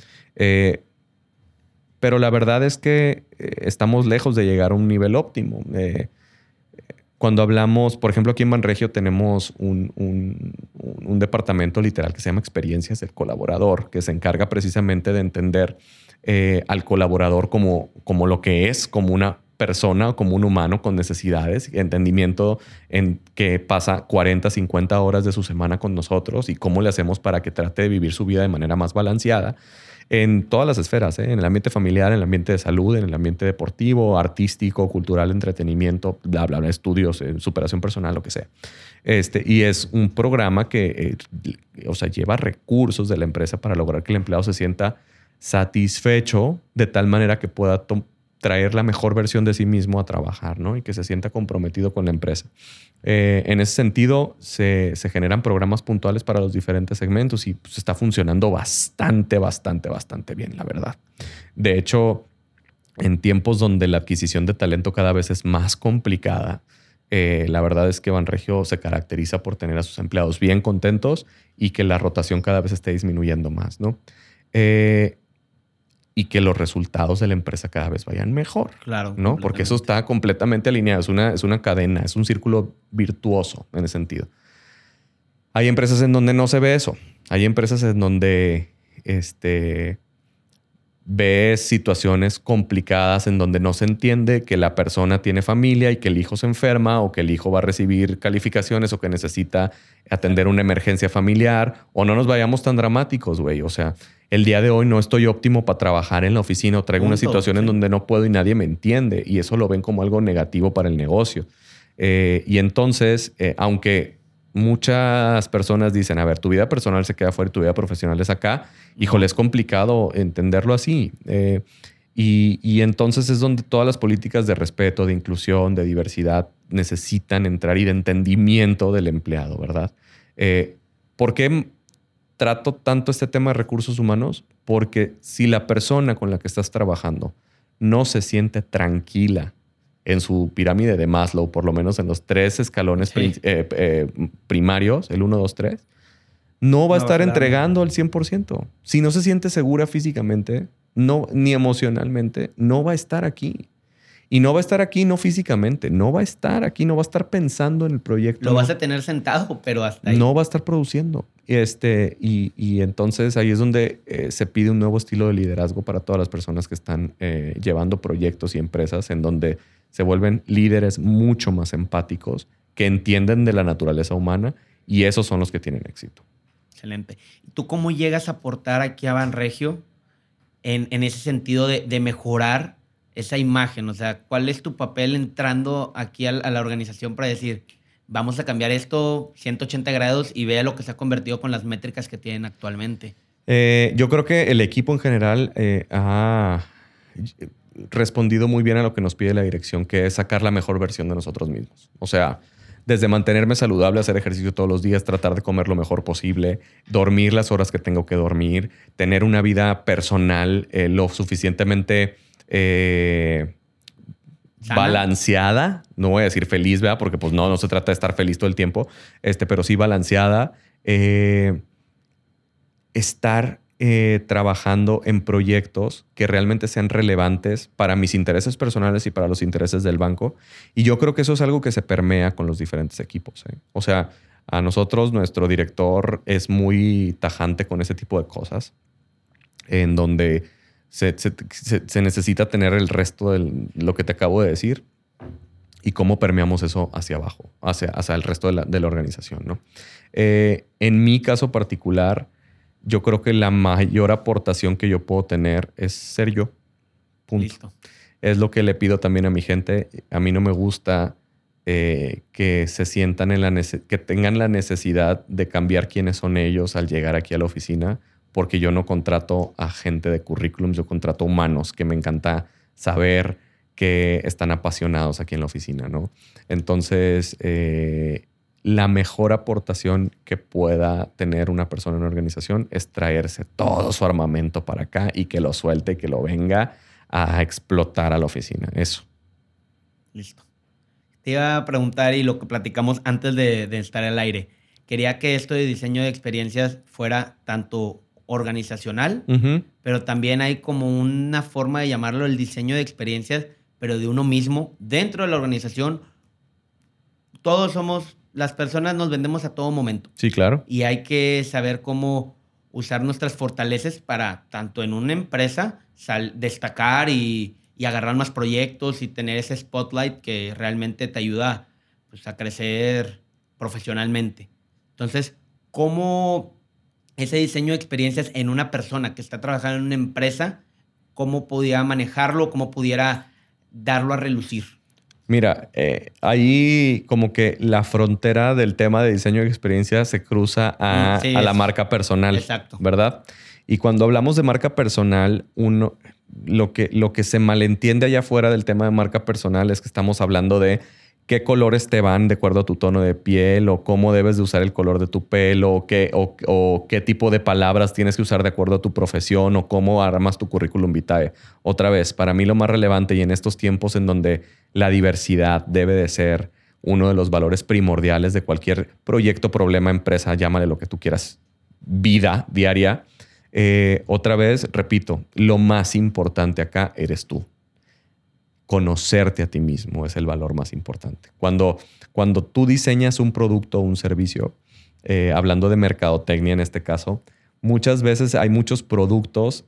Pero la verdad es que estamos lejos de llegar a un nivel óptimo. Cuando hablamos, por ejemplo, aquí en Banregio tenemos un departamento literal que se llama Experiencias del Colaborador, que se encarga precisamente de entender al colaborador como lo que es, como una persona o como un humano con necesidades, entendimiento en que pasa 40, 50 horas de su semana con nosotros y cómo le hacemos para que trate de vivir su vida de manera más balanceada en todas las esferas, en el ambiente familiar, en el ambiente de salud, en el ambiente deportivo, artístico, cultural, entretenimiento, bla, bla, bla, estudios, superación personal, lo que sea. Y es un programa que lleva recursos de la empresa para lograr que el empleado se sienta satisfecho de tal manera que pueda traer la mejor versión de sí mismo a trabajar, ¿no? Y que se sienta comprometido con la empresa. En ese sentido, se generan programas puntuales para los diferentes segmentos y pues, está funcionando bastante bien, la verdad. De hecho, en tiempos donde la adquisición de talento cada vez es más complicada, la verdad es que Banregio se caracteriza por tener a sus empleados bien contentos y que la rotación cada vez esté disminuyendo más, ¿no? Y que los resultados de la empresa cada vez vayan mejor. Claro. ¿No? Porque eso está completamente alineado. Es una cadena, es un círculo virtuoso en ese sentido. Hay empresas en donde no se ve eso. Hay empresas en donde ves situaciones complicadas en donde no se entiende que la persona tiene familia y que el hijo se enferma o que el hijo va a recibir calificaciones o que necesita atender una emergencia familiar o no nos vayamos tan dramáticos, güey. O sea, el día de hoy no estoy óptimo para trabajar en la oficina o traigo una situación en donde no puedo y nadie me entiende y eso lo ven como algo negativo para el negocio. Y entonces, aunque muchas personas dicen, a ver, tu vida personal se queda fuera y tu vida profesional es acá. Híjole, es complicado entenderlo así. Y entonces es donde todas las políticas de respeto, de inclusión, de diversidad necesitan entrar y de entendimiento del empleado, ¿verdad? ¿Por qué trato tanto este tema de recursos humanos? Porque si la persona con la que estás trabajando no se siente tranquila en su pirámide de Maslow, por lo menos en los 3 escalones primarios, el 1, 2, 3, no va a estar entregando al 100%. Si no se siente segura físicamente, ni emocionalmente, no va a estar aquí. Y no va a estar aquí no físicamente, no va a estar aquí, no va a estar pensando en el proyecto. Lo vas a tener sentado, pero hasta ahí. No va a estar produciendo. Y entonces ahí es donde se pide un nuevo estilo de liderazgo para todas las personas que están llevando proyectos y empresas en donde se vuelven líderes mucho más empáticos, que entienden de la naturaleza humana y esos son los que tienen éxito. Excelente. ¿Tú cómo llegas a aportar aquí a Banregio en ese sentido de mejorar esa imagen? O sea, ¿cuál es tu papel entrando aquí a la organización para decir, vamos a cambiar esto 180 grados y vea lo que se ha convertido con las métricas que tienen actualmente? Yo creo que el equipo en general ha respondido muy bien a lo que nos pide la dirección, que es sacar la mejor versión de nosotros mismos. O sea, desde mantenerme saludable, hacer ejercicio todos los días, tratar de comer lo mejor posible, dormir las horas que tengo que dormir, tener una vida personal lo suficientemente balanceada. No voy a decir feliz, ¿verdad? Porque pues no se trata de estar feliz todo el tiempo. Pero sí balanceada. Estar trabajando en proyectos que realmente sean relevantes para mis intereses personales y para los intereses del banco. Y yo creo que eso es algo que se permea con los diferentes equipos. O sea, a nosotros, nuestro director es muy tajante con ese tipo de cosas, en donde se necesita tener el resto de lo que te acabo de decir y cómo permeamos eso hacia abajo, hacia el resto de la organización, ¿no? En mi caso particular, yo creo que la mayor aportación que yo puedo tener es ser yo. Punto. Listo. Es lo que le pido también a mi gente. A mí no me gusta que se sientan que tengan la necesidad de cambiar quiénes son ellos al llegar aquí a la oficina, porque yo no contrato a gente de currículums, yo contrato humanos que me encanta saber que están apasionados aquí en la oficina, ¿no? Entonces, la mejor aportación que pueda tener una persona en una organización es traerse todo su armamento para acá y que lo suelte y que lo venga a explotar a la oficina. Eso. Listo. Te iba a preguntar, y lo que platicamos antes de estar al aire, quería que esto de diseño de experiencias fuera tanto organizacional, pero también hay como una forma de llamarlo el diseño de experiencias, pero de uno mismo, dentro de la organización. Todos las personas nos vendemos a todo momento. Sí, claro. Y hay que saber cómo usar nuestras fortalezas para, tanto en una empresa, destacar y agarrar más proyectos y tener ese spotlight que realmente te ayuda, pues, a crecer profesionalmente. Entonces, ¿cómo ese diseño de experiencias en una persona que está trabajando en una empresa, cómo pudiera manejarlo, cómo pudiera darlo a relucir? Mira, ahí como que la frontera del tema de diseño de experiencia se cruza a la marca personal. Exacto. ¿Verdad? Y cuando hablamos de marca personal, lo que se malentiende allá afuera del tema de marca personal es que estamos hablando de qué colores te van de acuerdo a tu tono de piel, o cómo debes de usar el color de tu pelo, o qué tipo de palabras tienes que usar de acuerdo a tu profesión, o cómo armas tu currículum vitae. Otra vez, para mí lo más relevante, y en estos tiempos en donde la diversidad debe de ser uno de los valores primordiales de cualquier proyecto, problema, empresa, llámale lo que tú quieras, vida diaria. Otra vez, repito, lo más importante acá eres tú. Conocerte a ti mismo es el valor más importante. Cuando tú diseñas un producto o un servicio, hablando de mercadotecnia en este caso, muchas veces hay muchos productos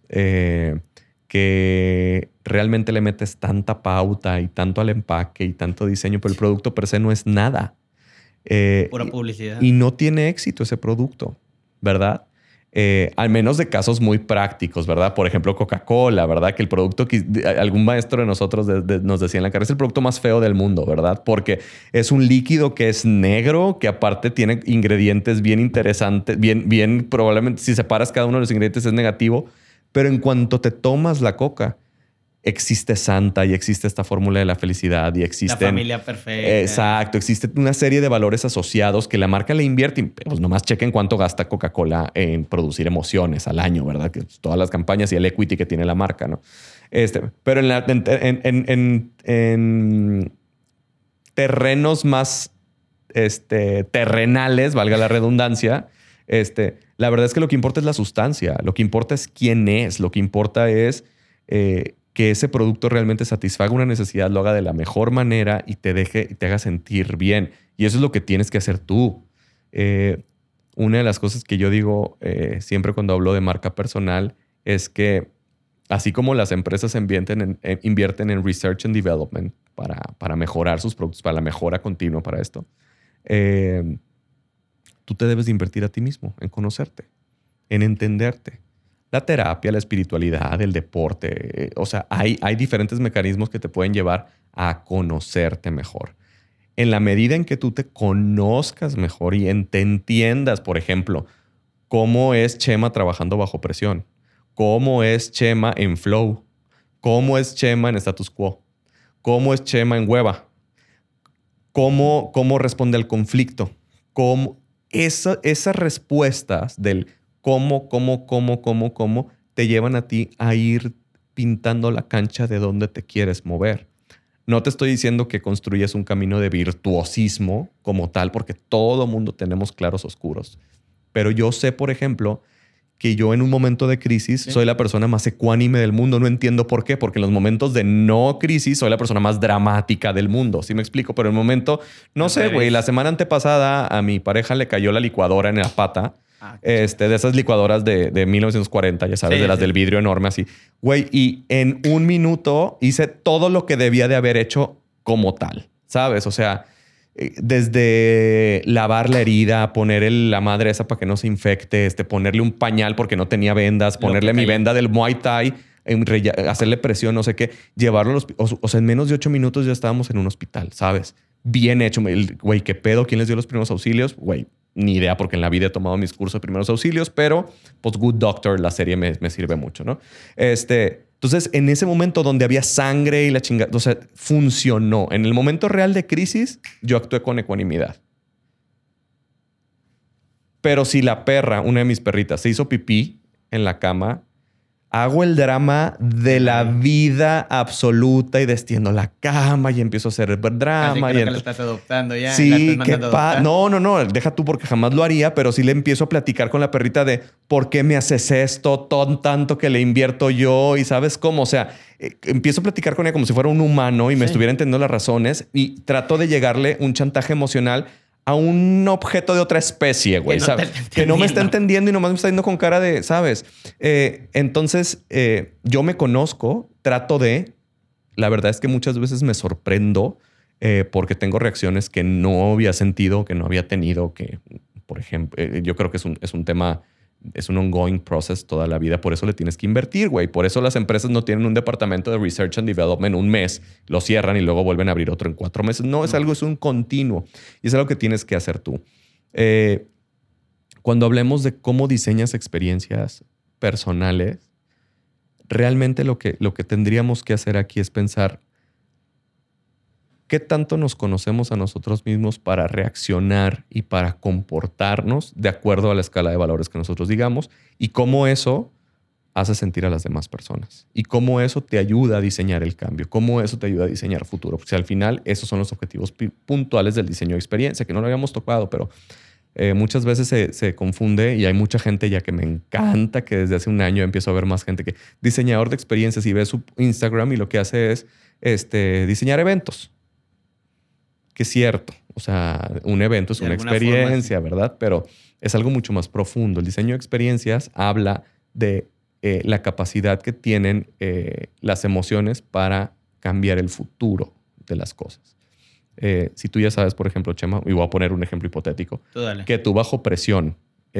que realmente le metes tanta pauta y tanto al empaque y tanto diseño, pero el producto per se no es nada. Pura publicidad. Y no tiene éxito ese producto, ¿verdad? Al menos de casos muy prácticos, ¿verdad? Por ejemplo, Coca-Cola, ¿verdad? Que el producto que algún maestro de nosotros nos decía en la carrera es el producto más feo del mundo, ¿verdad? Porque es un líquido que es negro, que aparte tiene ingredientes bien interesantes, bien probablemente si separas cada uno de los ingredientes es negativo, pero en cuanto te tomas la coca, existe Santa y existe esta fórmula de la felicidad y existe... La familia perfecta. Exacto. Existe una serie de valores asociados que la marca le invierte. Pues nomás chequen cuánto gasta Coca-Cola en producir emociones al año, ¿verdad? Que todas las campañas y el equity que tiene la marca, ¿no? Pero en terrenos más terrenales, valga la redundancia, la verdad es que lo que importa es la sustancia. Lo que importa es quién es. Lo que importa es... que ese producto realmente satisfaga una necesidad, lo haga de la mejor manera y te haga sentir bien. Y eso es lo que tienes que hacer tú. Una de las cosas que yo digo siempre cuando hablo de marca personal es que así como las empresas invierten en research and development para mejorar sus productos, para la mejora continua para esto, tú te debes de invertir a ti mismo en conocerte, en entenderte. La terapia, la espiritualidad, el deporte. O sea, hay diferentes mecanismos que te pueden llevar a conocerte mejor. En la medida en que tú te conozcas mejor y te entiendas, por ejemplo, cómo es Chema trabajando bajo presión, cómo es Chema en flow, cómo es Chema en status quo, cómo es Chema en hueva, cómo responde al conflicto, cómo esas respuestas del cómo te llevan a ti a ir pintando la cancha de dónde te quieres mover. No te estoy diciendo que construyas un camino de virtuosismo como tal, porque todo mundo tenemos claros oscuros. Pero yo sé, por ejemplo, que yo en un momento de crisis soy la persona más ecuánime del mundo. No entiendo por qué, porque en los momentos de no crisis soy la persona más dramática del mundo. ¿Sí me explico? Pero en el momento, no sé, güey, la semana antepasada a mi pareja le cayó la licuadora en la pata. De esas licuadoras de 1940, ya sabes, de las del vidrio enorme así. Güey, y en un minuto hice todo lo que debía de haber hecho como tal, ¿sabes? O sea, desde lavar la herida, poner la madre esa para que no se infecte, ponerle un pañal porque no tenía vendas, ponerle mi venda del Muay Thai, hacerle presión, no sé qué, llevarlo al hospital. O sea, en menos de 8 minutos ya estábamos en un hospital, ¿sabes? Bien hecho. Güey, ¿qué pedo? ¿Quién les dio los primeros auxilios? Güey, ni idea, porque en la vida he tomado mis cursos de primeros auxilios, pero pues Good Doctor, la serie me sirve mucho, ¿no? Entonces, en ese momento donde había sangre y la chingada, o sea, funcionó. En el momento real de crisis, yo actué con ecuanimidad. Pero si la perra, una de mis perritas, se hizo pipí en la cama, hago el drama de la vida absoluta y destiendo la cama y empiezo a hacer drama. Casi creo que la estás adoptando ya. Sí, no, deja tú porque jamás lo haría, pero sí le empiezo a platicar con la perrita de por qué me haces esto, tanto que le invierto yo y sabes cómo. O sea, empiezo a platicar con ella como si fuera un humano y me estuviera entendiendo las razones y trato de llegarle un chantaje emocional a un objeto de otra especie, güey, ¿sabes? Que no me está entendiendo y nomás me está yendo con cara de, ¿sabes? Entonces, yo me conozco, trato de... La verdad es que muchas veces me sorprendo porque tengo reacciones que no había sentido, que no había tenido, que, por ejemplo, yo creo que es un tema... Es un ongoing process toda la vida. Por eso le tienes que invertir, güey. Por eso las empresas no tienen un departamento de Research and Development un mes, lo cierran y luego vuelven a abrir otro en 4 meses. No, es algo, es un continuo. Y es algo que tienes que hacer tú. Cuando hablemos de cómo diseñas experiencias personales, realmente lo que tendríamos que hacer aquí es pensar ¿qué tanto nos conocemos a nosotros mismos para reaccionar y para comportarnos de acuerdo a la escala de valores que nosotros digamos? Y cómo eso hace sentir a las demás personas. Y cómo eso te ayuda a diseñar el cambio. Cómo eso te ayuda a diseñar futuro. Porque al final esos son los objetivos puntuales del diseño de experiencia, que no lo habíamos tocado, pero muchas veces se confunde y hay mucha gente ya que me encanta, que desde hace un año empiezo a ver más gente que diseñador de experiencias y ve su Instagram y lo que hace es diseñar eventos. Que es cierto, o sea, un evento es una experiencia, forma, sí, ¿verdad? Pero es algo mucho más profundo. El diseño de experiencias habla de la capacidad que tienen las emociones para cambiar el futuro de las cosas. Si tú ya sabes, por ejemplo, Chema, y voy a poner un ejemplo hipotético, que tú bajo presión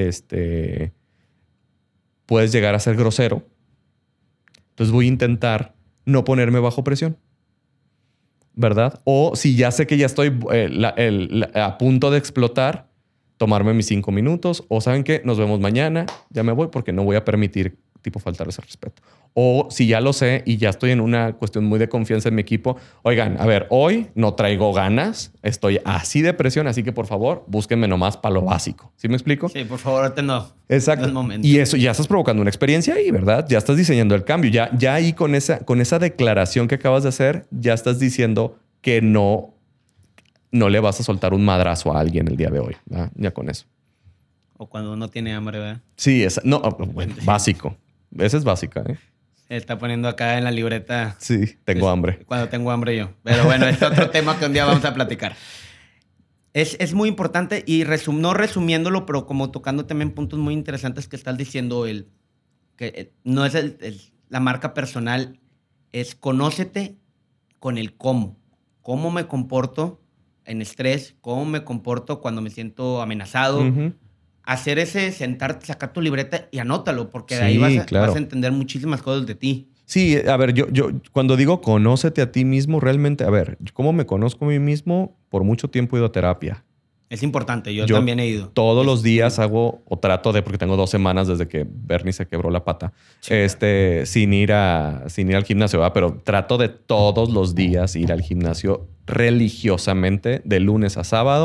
puedes llegar a ser grosero, entonces voy a intentar no ponerme bajo presión. ¿Verdad? O si ya sé que ya estoy a punto de explotar, tomarme mis 5 minutos. O ¿saben qué? Nos vemos mañana. Ya me voy porque no voy a permitir faltar ese respeto. O si ya lo sé y ya estoy en una cuestión muy de confianza en mi equipo. Oigan, a ver, hoy no traigo ganas. Estoy así de presión. Así que por favor, búsquenme nomás para lo básico. ¿Sí me explico? Sí, por favor, ahorita no. Exacto. No es y eso ya estás provocando una experiencia ahí, ¿verdad? Ya estás diseñando el cambio. Ya ahí con esa declaración que acabas de hacer, ya estás diciendo que no le vas a soltar un madrazo a alguien el día de hoy, ¿verdad? Ya con eso. O cuando uno tiene hambre, ¿verdad? Sí, bueno, básico. Esa es básica, ¿eh? Se está poniendo acá en la libreta. Sí, tengo hambre. Cuando tengo hambre yo. Pero bueno, es otro tema que un día vamos a platicar. Es muy importante y no resumiéndolo, pero como tocando también puntos muy interesantes que estás diciendo, que no es la marca personal, es conócete con el cómo. ¿Cómo me comporto en estrés? ¿Cómo me comporto cuando me siento amenazado? Uh-huh. Hacer sentarte, sacar tu libreta y anótalo, porque de ahí vas a entender muchísimas cosas de ti. Sí, a ver, yo cuando digo conócete a ti mismo, realmente, a ver, ¿cómo me conozco a mí mismo? Por mucho tiempo he ido a terapia. Es importante, yo también he ido. Todos los días hago, o trato de, porque tengo 2 semanas desde que Bernie se quebró la pata, sí, sin ir al gimnasio, ¿verdad? Pero trato de todos los días ir al gimnasio religiosamente, de lunes a sábado,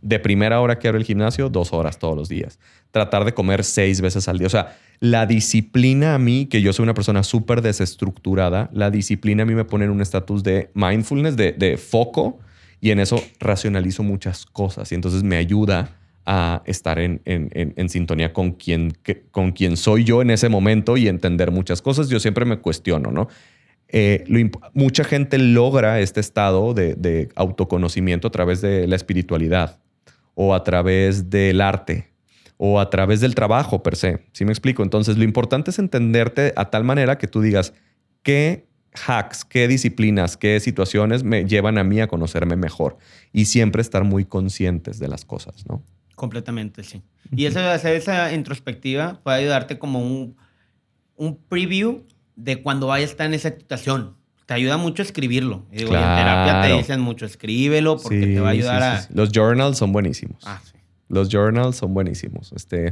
De primera hora que abro el gimnasio, 2 horas todos los días. Tratar de comer 6 veces al día. O sea, la disciplina a mí, que yo soy una persona súper desestructurada, la disciplina a mí me pone en un estatus de mindfulness, de foco, y en eso racionalizo muchas cosas. Y entonces me ayuda a estar en sintonía con quien soy yo en ese momento y entender muchas cosas. Yo siempre me cuestiono, ¿no? Mucha gente logra este estado de autoconocimiento a través de la espiritualidad o a través del arte o a través del trabajo per se. ¿Sí me explico? Entonces, lo importante es entenderte a tal manera que tú digas qué hacks, qué disciplinas, qué situaciones me llevan a mí a conocerme mejor y siempre estar muy conscientes de las cosas, ¿no? Completamente, sí. Y esa introspectiva puede ayudarte como un preview de cuando vayas a estar en esa situación. Te ayuda mucho a escribirlo. Y digo, Claro. en terapia te dicen mucho, escríbelo porque te va a ayudar a... Sí. Los journals son buenísimos. Sí. Los journals son buenísimos.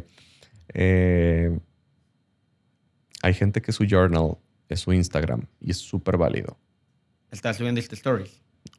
Hay gente que su journal es su Instagram y es súper válido. Estás subiendo stories.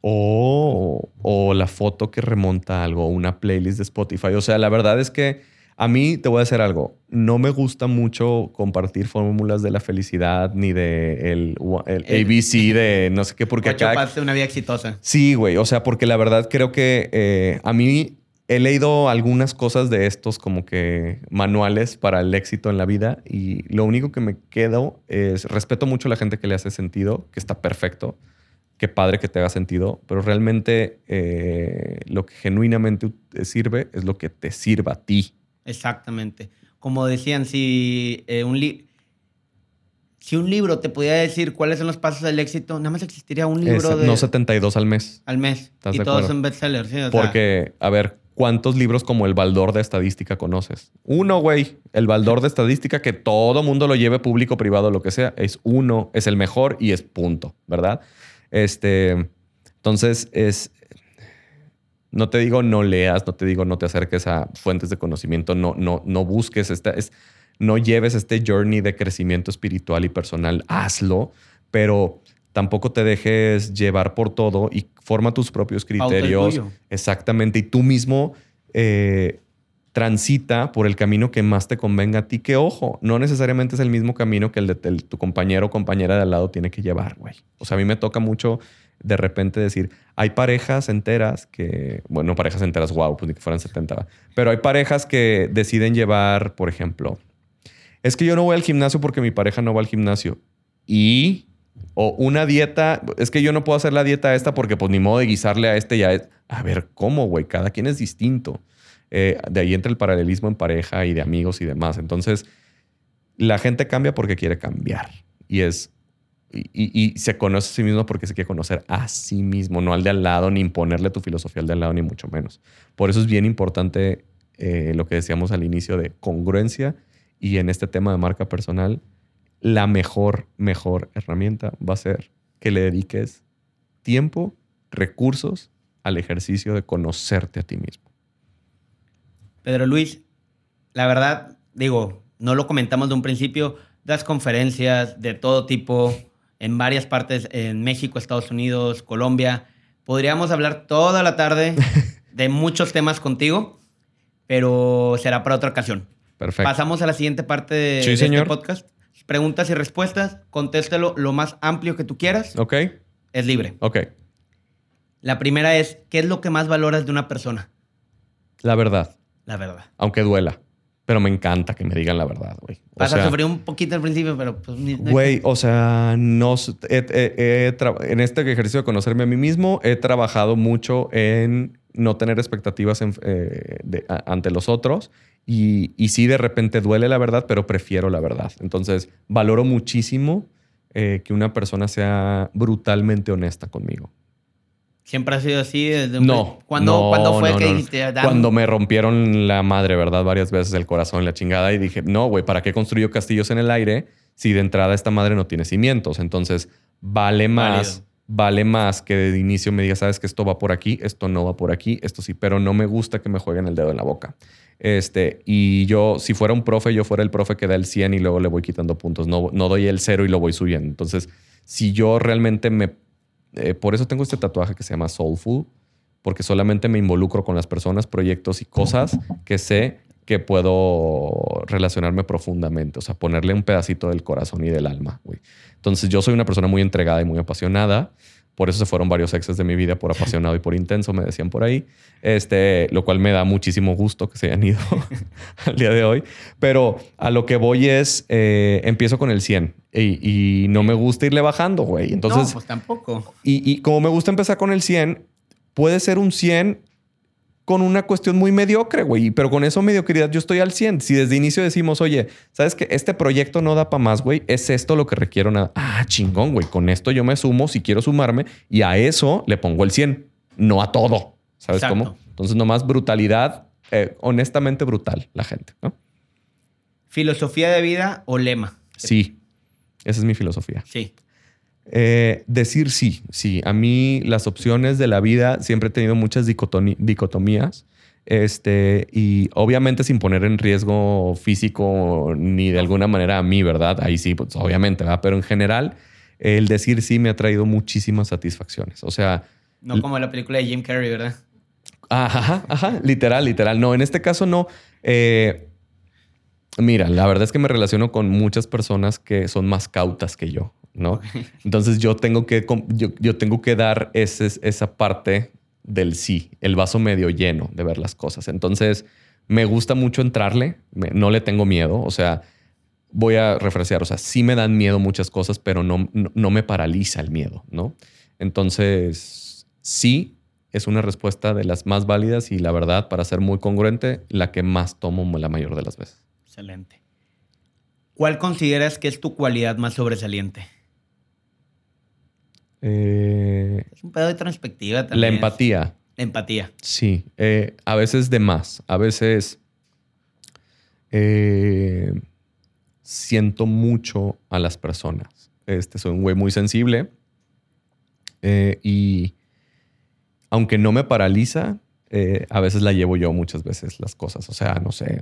O la foto que remonta a algo, una playlist de Spotify. O sea, la verdad es que a mí, te voy a decir algo, no me gusta mucho compartir fórmulas de la felicidad ni de el ABC de no sé qué, porque acá... Pasaste una vida exitosa. Sí, güey. O sea, porque la verdad creo que a mí he leído algunas cosas de estos como que manuales para el éxito en la vida y lo único que me quedo es respeto mucho a la gente que le hace sentido, que está perfecto. Qué padre que te haga sentido, pero realmente lo que genuinamente sirve es lo que te sirva a ti. Exactamente. Como decían, si un libro te pudiera decir cuáles son los pasos del éxito, nada más existiría un libro No 72 al mes. Al mes. ¿Estás y de todos acuerdo? son bestsellers. ¿Sí? Porque, a ver, ¿cuántos libros como El Baldor de Estadística conoces? Uno, güey. El Baldor de Estadística, que todo mundo lo lleve público, privado, lo que sea. Es uno, es el mejor y es punto, ¿verdad? Entonces, no te digo no leas, no te digo no te acerques a fuentes de conocimiento, no busques, no lleves este journey de crecimiento espiritual y personal, hazlo, pero tampoco te dejes llevar por todo y forma tus propios criterios. Exactamente, y tú mismo transita por el camino que más te convenga a ti, que ojo, no necesariamente es el mismo camino que el de tu compañero o compañera de al lado tiene que llevar, güey. O sea, a mí me toca mucho de repente decir, hay parejas enteras que, bueno, no parejas enteras, wow, pues ni que fueran 70, pero hay parejas que deciden llevar, por ejemplo, es que yo no voy al gimnasio porque mi pareja no va al gimnasio o una dieta, es que yo no puedo hacer la dieta esta porque pues ni modo de guisarle a este y a este. A ver, ¿cómo, güey? Cada quien es distinto. De ahí entra el paralelismo en pareja y de amigos y demás. Entonces, la gente cambia porque quiere cambiar. Y se conoce a sí mismo porque se quiere conocer a sí mismo, no al de al lado, ni imponerle tu filosofía al de al lado, ni mucho menos. Por eso es bien importante lo que decíamos al inicio de congruencia. Y en este tema de marca personal, la mejor herramienta va a ser que le dediques tiempo, recursos al ejercicio de conocerte a ti mismo. Pedro Luis, la verdad, digo, no lo comentamos de un principio, das conferencias de todo tipo en varias partes, en México, Estados Unidos, Colombia. Podríamos hablar toda la tarde de muchos temas contigo, pero será para otra ocasión. Perfecto. Pasamos a la siguiente parte de este podcast. Preguntas y respuestas. Contéstalo lo más amplio que tú quieras. Ok. Es libre. Ok. La primera es, ¿qué es lo que más valoras de una persona? La verdad. La verdad. Aunque duela. Pero me encanta que me digan la verdad, güey. Vas a sufrir un poquito al principio, pero pues... Güey, o sea, en este ejercicio de conocerme a mí mismo, he trabajado mucho en no tener expectativas ante los otros. Y sí, de repente duele la verdad, pero prefiero la verdad. Entonces, valoro muchísimo que una persona sea brutalmente honesta conmigo. ¿Siempre ha sido así? No. ¿Cuándo fue que dijiste? Cuando me rompieron la madre, ¿verdad? Varias veces el corazón, la chingada. Y dije, no, güey, ¿para qué construyo castillos en el aire si de entrada esta madre no tiene cimientos? Entonces, vale más que de inicio me diga, sabes que esto va por aquí, esto no va por aquí, esto sí, pero no me gusta que me jueguen el dedo en la boca. Y yo, si fuera un profe, yo fuera el profe que da el 100 y luego le voy quitando puntos. No doy el 0 y lo voy subiendo. Entonces, si yo realmente por eso tengo este tatuaje que se llama Soulful, porque solamente me involucro con las personas, proyectos y cosas que sé que puedo relacionarme profundamente, o sea, ponerle un pedacito del corazón y del alma, güey. Entonces, yo soy una persona muy entregada y muy apasionada. Por eso se fueron varios exes de mi vida, por apasionado y por intenso, me decían por ahí. Lo cual me da muchísimo gusto que se hayan ido al día de hoy. Pero a lo que voy es, empiezo con el 100 y no me gusta irle bajando, güey. Entonces, no, pues tampoco. Y como me gusta empezar con el 100, puede ser un 100 con una cuestión muy mediocre, güey. Pero con esa mediocridad yo estoy al 100. Si desde inicio decimos, oye, ¿sabes qué? Este proyecto no da para más, güey. Es esto lo que requiero. Chingón, güey. Con esto yo me sumo si quiero sumarme y a eso le pongo el 100. No a todo. ¿Sabes cómo? Entonces, nomás brutalidad. Honestamente brutal la gente, ¿no? ¿Filosofía de vida o lema? Sí. Esa es mi filosofía. Sí. Decir sí. Sí. A mí las opciones de la vida siempre he tenido muchas dicotomías. Y obviamente sin poner en riesgo físico ni de alguna manera a mí, ¿verdad? Ahí sí, pues obviamente, ¿verdad? Pero en general, el decir sí me ha traído muchísimas satisfacciones. O sea... No como la película de Jim Carrey, ¿verdad? Ajá. Literal. No, en este caso no. Mira, la verdad es que me relaciono con muchas personas que son más cautas que yo, ¿no? Okay. Entonces yo tengo que dar esa parte del sí, el vaso medio lleno de ver las cosas. Entonces me gusta mucho entrarle, no le tengo miedo, o sea, voy a refrescar, o sea, sí me dan miedo muchas cosas, pero no me paraliza el miedo, ¿no? Entonces sí es una respuesta de las más válidas y la verdad, para ser muy congruente, la que más tomo la mayor de las veces. Excelente. ¿Cuál consideras que es tu cualidad más sobresaliente? Es un pedo de perspectiva también. La empatía. La empatía. Sí. A veces de más. A veces siento mucho a las personas. Soy un güey muy sensible. Y aunque no me paraliza, a veces la llevo yo muchas veces las cosas. O sea, no sé...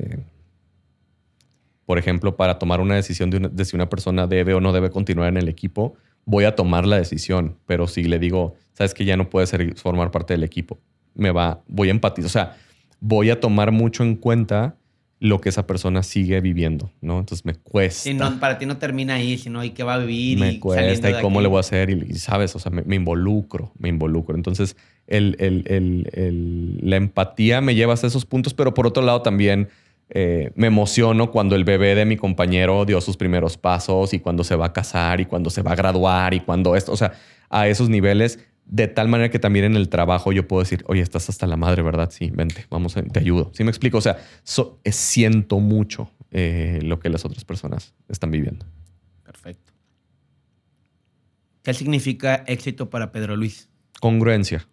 por ejemplo, para tomar una decisión de si una persona debe o no debe continuar en el equipo, voy a tomar la decisión. Pero si le digo, sabes que ya no puedes formar parte del equipo, voy a empatizar. O sea, voy a tomar mucho en cuenta lo que esa persona sigue viviendo, ¿no? Entonces me cuesta. Sí, no, para ti no termina ahí, sino ¿y qué va a vivir? Me cuesta y cómo le voy a hacer y sabes, o sea, me involucro. Entonces, la empatía me lleva hasta esos puntos, pero por otro lado también... me emociono cuando el bebé de mi compañero dio sus primeros pasos y cuando se va a casar y cuando se va a graduar y cuando esto, o sea, a esos niveles, de tal manera que también en el trabajo yo puedo decir, oye, estás hasta la madre, ¿verdad? Sí, vente, te ayudo. ¿Sí me explico? O sea, siento mucho lo que las otras personas están viviendo. Perfecto. ¿Qué significa éxito para Pedro Luis? Congruencia.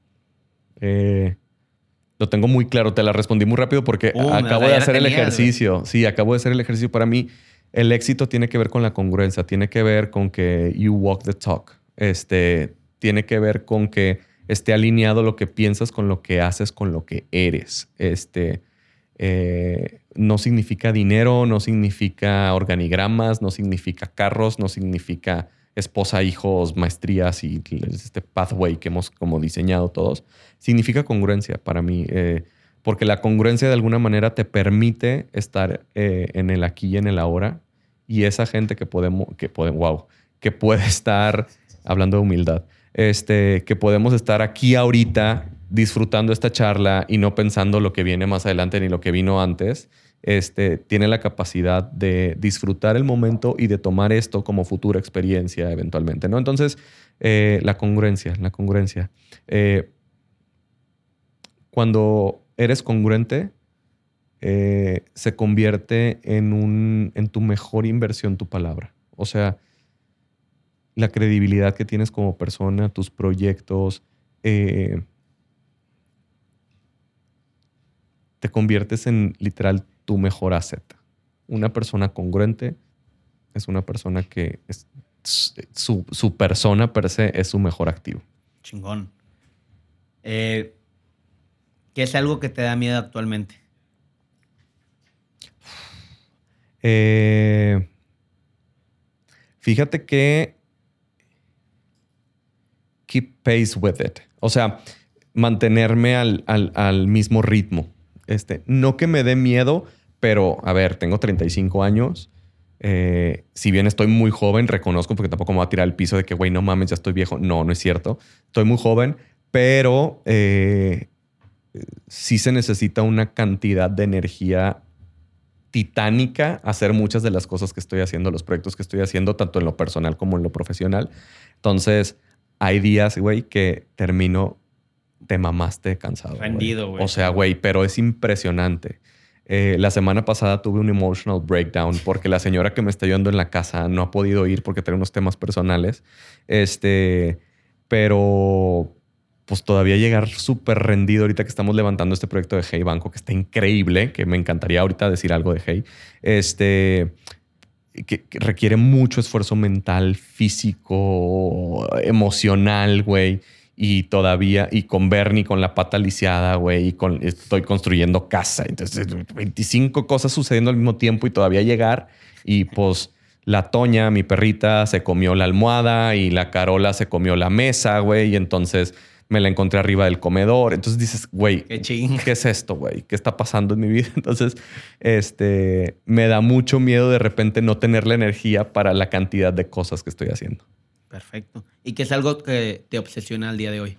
Lo tengo muy claro. Te la respondí muy rápido porque acabo de hacer el ejercicio. Güey. Sí, acabo de hacer el ejercicio. Para mí, el éxito tiene que ver con la congruencia. Tiene que ver con que you walk the talk. Tiene que ver con que esté alineado lo que piensas con lo que haces, con lo que eres. No significa dinero, no significa organigramas, no significa carros, no significa esposa, hijos, maestrías y este pathway que hemos como diseñado todos. Significa congruencia para mí, porque la congruencia de alguna manera te permite estar en el aquí y en el ahora, y esa gente que puede estar, hablando de humildad, que podemos estar aquí ahorita disfrutando esta charla y no pensando lo que viene más adelante ni lo que vino antes, tiene la capacidad de disfrutar el momento y de tomar esto como futura experiencia eventualmente, ¿no? Entonces, la congruencia. Cuando eres congruente, se convierte en tu mejor inversión tu palabra. O sea, la credibilidad que tienes como persona, tus proyectos, te conviertes en literal tu mejor asset. Una persona congruente es una persona que su persona per se es su mejor activo. Chingón. ¿Qué es algo que te da miedo actualmente? Fíjate que keep pace with it. O sea, mantenerme al mismo ritmo. No que me dé miedo, pero a ver, tengo 35 años. Si bien estoy muy joven, reconozco, porque tampoco me voy a tirar al piso de que, güey, no mames, ya estoy viejo. No, no es cierto. Estoy muy joven, pero sí se necesita una cantidad de energía titánica hacer muchas de las cosas que estoy haciendo, los proyectos que estoy haciendo, tanto en lo personal como en lo profesional. Entonces, hay días, güey, que termino, te mamaste cansado. Rendido, güey. O sea, güey, pero es impresionante. La semana pasada tuve un emotional breakdown porque la señora que me está ayudando en la casa no ha podido ir porque tiene unos temas personales. Pero pues todavía llegar súper rendido ahorita que estamos levantando este proyecto de Hey Banco, que está increíble, que me encantaría ahorita decir algo de Hey, que requiere mucho esfuerzo mental, físico, emocional, güey. Y todavía, y con Bernie con la pata lisiada, güey, y estoy construyendo casa. Entonces, 25 cosas sucediendo al mismo tiempo y todavía llegar. Y pues la Toña, mi perrita, se comió la almohada y la Carola se comió la mesa, güey. Y entonces me la encontré arriba del comedor. Entonces dices, güey, ¿qué es esto, güey? ¿Qué está pasando en mi vida? Entonces, me da mucho miedo de repente no tener la energía para la cantidad de cosas que estoy haciendo. Perfecto. ¿Y qué es algo que te obsesiona al día de hoy?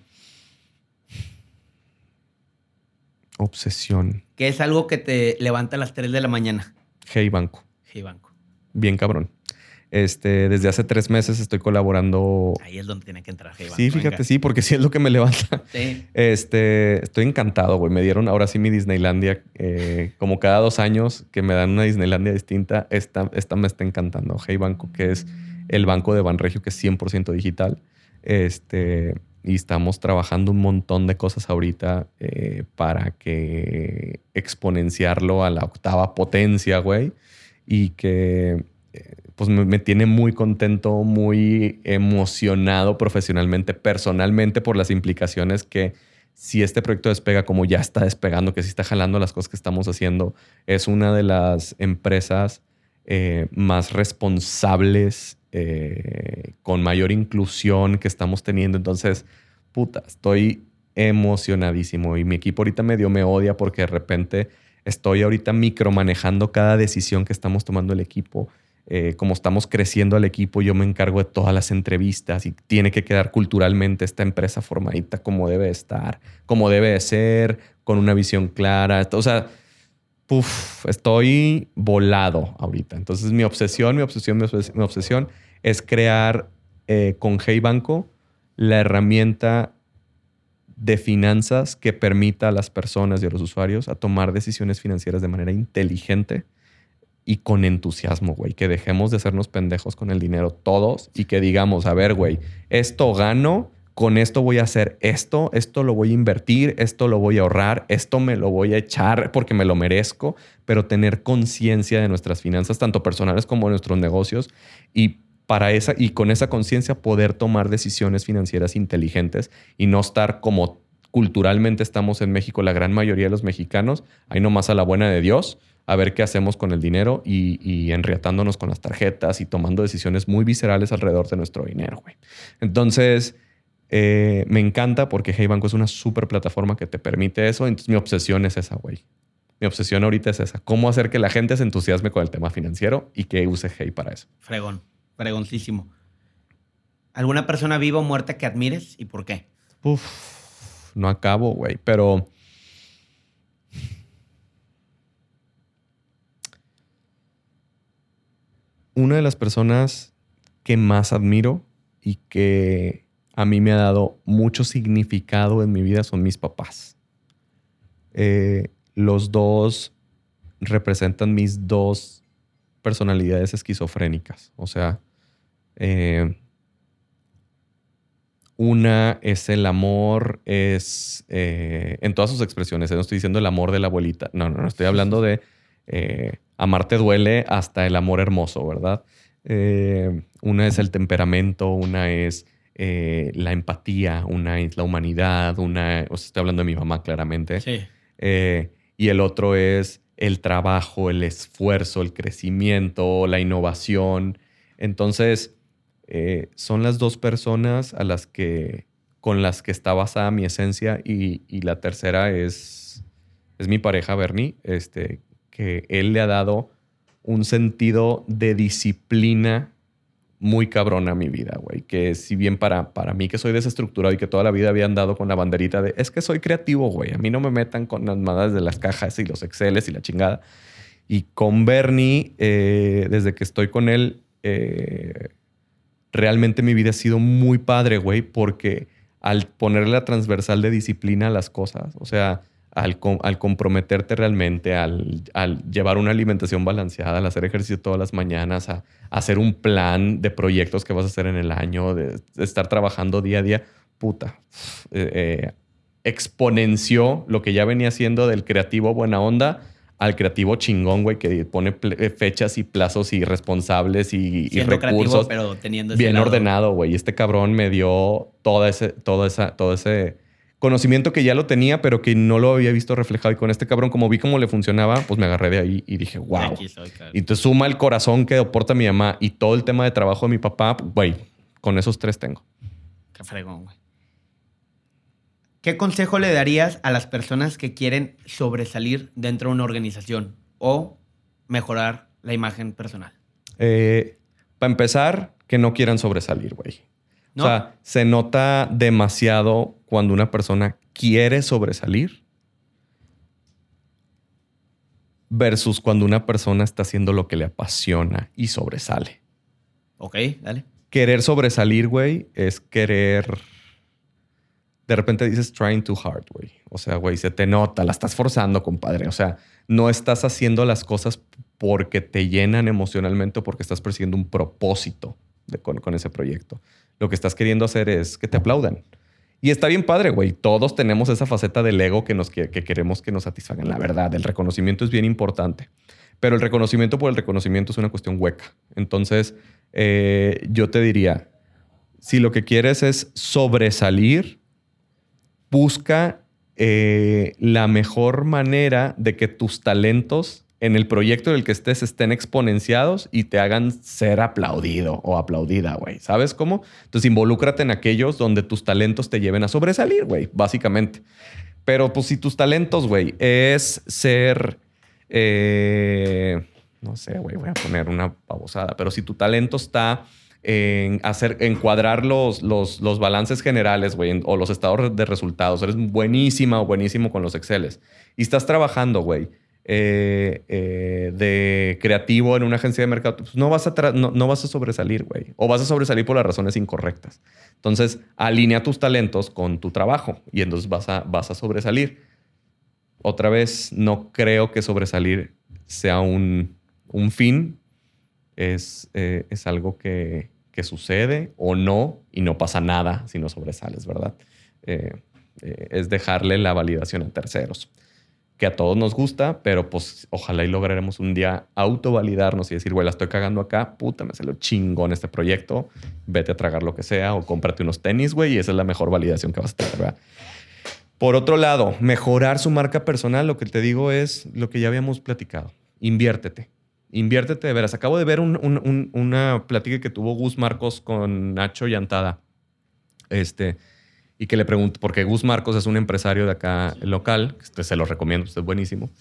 Obsesión. ¿Qué es algo que te levanta a las 3 de la mañana? Hey Banco. Hey Banco. Bien cabrón. Desde hace 3 meses estoy colaborando. Ahí es donde tiene que entrar Hey Banco. Sí, fíjate, venga. Sí, porque sí es lo que me levanta. Sí. Estoy encantado, güey. Me dieron ahora sí mi Disneylandia. Como cada 2 años que me dan una Disneylandia distinta. Esta me está encantando. Hey Banco, que es el banco de Banregio, que es 100% digital. Y estamos trabajando un montón de cosas ahorita para que exponenciarlo a la 8ª potencia, güey. Y que pues me tiene muy contento, muy emocionado profesionalmente, personalmente, por las implicaciones que si este proyecto despega como ya está despegando, que sí está jalando las cosas que estamos haciendo, es una de las empresas más responsables, con mayor inclusión que estamos teniendo. Entonces, puta, estoy emocionadísimo. Y mi equipo ahorita me odia porque de repente estoy ahorita micromanejando cada decisión que estamos tomando el equipo. Como estamos creciendo al equipo, yo me encargo de todas las entrevistas y tiene que quedar culturalmente esta empresa formadita como debe estar, como debe de ser, con una visión clara. O sea, estoy volado ahorita. Entonces mi obsesión es crear con Hey Banco la herramienta de finanzas que permita a las personas y a los usuarios a tomar decisiones financieras de manera inteligente y con entusiasmo, güey. Que dejemos de hacernos pendejos con el dinero todos y que digamos, a ver, güey, esto gano, con esto voy a hacer esto lo voy a invertir, esto lo voy a ahorrar, esto me lo voy a echar porque me lo merezco, pero tener conciencia de nuestras finanzas, tanto personales como de nuestros negocios, y con esa conciencia poder tomar decisiones financieras inteligentes y no estar como culturalmente estamos en México, la gran mayoría de los mexicanos, ahí nomás a la buena de Dios, a ver qué hacemos con el dinero y enriatándonos con las tarjetas y tomando decisiones muy viscerales alrededor de nuestro dinero, güey. Entonces, me encanta porque Hey Banco es una súper plataforma que te permite eso. Entonces, mi obsesión es esa, güey. Mi obsesión ahorita es esa. Cómo hacer que la gente se entusiasme con el tema financiero y que use Hey para eso. Fregón. Fregoncísimo. ¿Alguna persona viva o muerta que admires y por qué? No acabo, güey, pero una de las personas que más admiro y que a mí me ha dado mucho significado en mi vida son mis papás. Los dos representan mis 2 personalidades esquizofrénicas. O sea, una es el amor, es en todas sus expresiones. No estoy diciendo el amor de la abuelita. No. Estoy hablando de amarte duele hasta el amor hermoso, ¿verdad? Una es el temperamento, una es la empatía, una es la humanidad, estoy hablando de mi mamá claramente. Sí. Y el otro es el trabajo, el esfuerzo, el crecimiento, la innovación. Entonces, son las 2 personas a las que con las que está basada mi esencia. Y la tercera es mi pareja, Bernie, que él le ha dado un sentido de disciplina muy cabrona a mi vida, güey. Que si bien para mí que soy desestructurado y que toda la vida había andado con la banderita de es que soy creativo, güey. A mí no me metan con las mamadas de las cajas y los Exceles y la chingada. Y con Bernie, desde que estoy con él, realmente mi vida ha sido muy padre, güey, porque al ponerle la transversal de disciplina a las cosas, o sea, al comprometerte realmente, al llevar una alimentación balanceada, al hacer ejercicio todas las mañanas, a hacer un plan de proyectos que vas a hacer en el año, de estar trabajando día a día, puta, exponenció lo que ya venía haciendo del creativo buena onda al creativo chingón, güey, que pone fechas y plazos y responsables y recursos. Creativo, pero teniendo bien ordenado, güey. Este cabrón me dio todo ese conocimiento que ya lo tenía, pero que no lo había visto reflejado. Y con este cabrón, como vi cómo le funcionaba, pues me agarré de ahí y dije, wow. Y entonces suma el corazón que aporta mi mamá y todo el tema de trabajo de mi papá, güey, con esos tres tengo. Qué fregón, güey. ¿Qué consejo le darías a las personas que quieren sobresalir dentro de una organización o mejorar la imagen personal? Para empezar, que no quieran sobresalir, güey. ¿No? O sea, se nota demasiado cuando una persona quiere sobresalir versus cuando una persona está haciendo lo que le apasiona y sobresale. Ok, dale. Querer sobresalir, güey, es querer... De repente dices trying too hard, güey. O sea, güey, se te nota, la estás forzando, compadre. O sea, no estás haciendo las cosas porque te llenan emocionalmente o porque estás persiguiendo un propósito con ese proyecto. Lo que estás queriendo hacer es que te aplaudan. Y está bien padre, güey. Todos tenemos esa faceta del ego que queremos que nos satisfagan. La verdad, el reconocimiento es bien importante. Pero el reconocimiento por el reconocimiento es una cuestión hueca. Entonces, yo te diría, si lo que quieres es sobresalir, busca la mejor manera de que tus talentos en el proyecto en el que estés estén exponenciados y te hagan ser aplaudido o aplaudida, güey. ¿Sabes cómo? Entonces, involúcrate en aquellos donde tus talentos te lleven a sobresalir, güey, básicamente. Pero, pues, si tus talentos, güey, es ser... no sé, güey, voy a poner una babosada. Pero si tu talento está... encuadrar los balances generales, güey, o los estados de resultados. Eres buenísima o buenísimo con los Exceles. Y estás trabajando, güey, de creativo en una agencia de mercado. Pues no vas a sobresalir, güey. O vas a sobresalir por las razones incorrectas. Entonces, alinea tus talentos con tu trabajo y entonces vas a sobresalir. Otra vez, no creo que sobresalir sea un fin. Es algo que sucede o no y no pasa nada si no sobresales, ¿verdad? Es dejarle la validación a terceros, que a todos nos gusta, pero pues ojalá y lograremos un día autovalidarnos y decir, güey, la estoy cagando acá, puta, me salió chingón este proyecto, vete a tragar lo que sea o cómprate unos tenis, güey, y esa es la mejor validación que vas a tener, ¿verdad? Por otro lado, mejorar su marca personal, lo que te digo es lo que ya habíamos platicado. Inviértete de veras. Acabo de ver una plática que tuvo Gus Marcos con Nacho Llantada. Y que le pregunto, porque Gus Marcos es un empresario de acá local, se lo recomiendo, es buenísimo.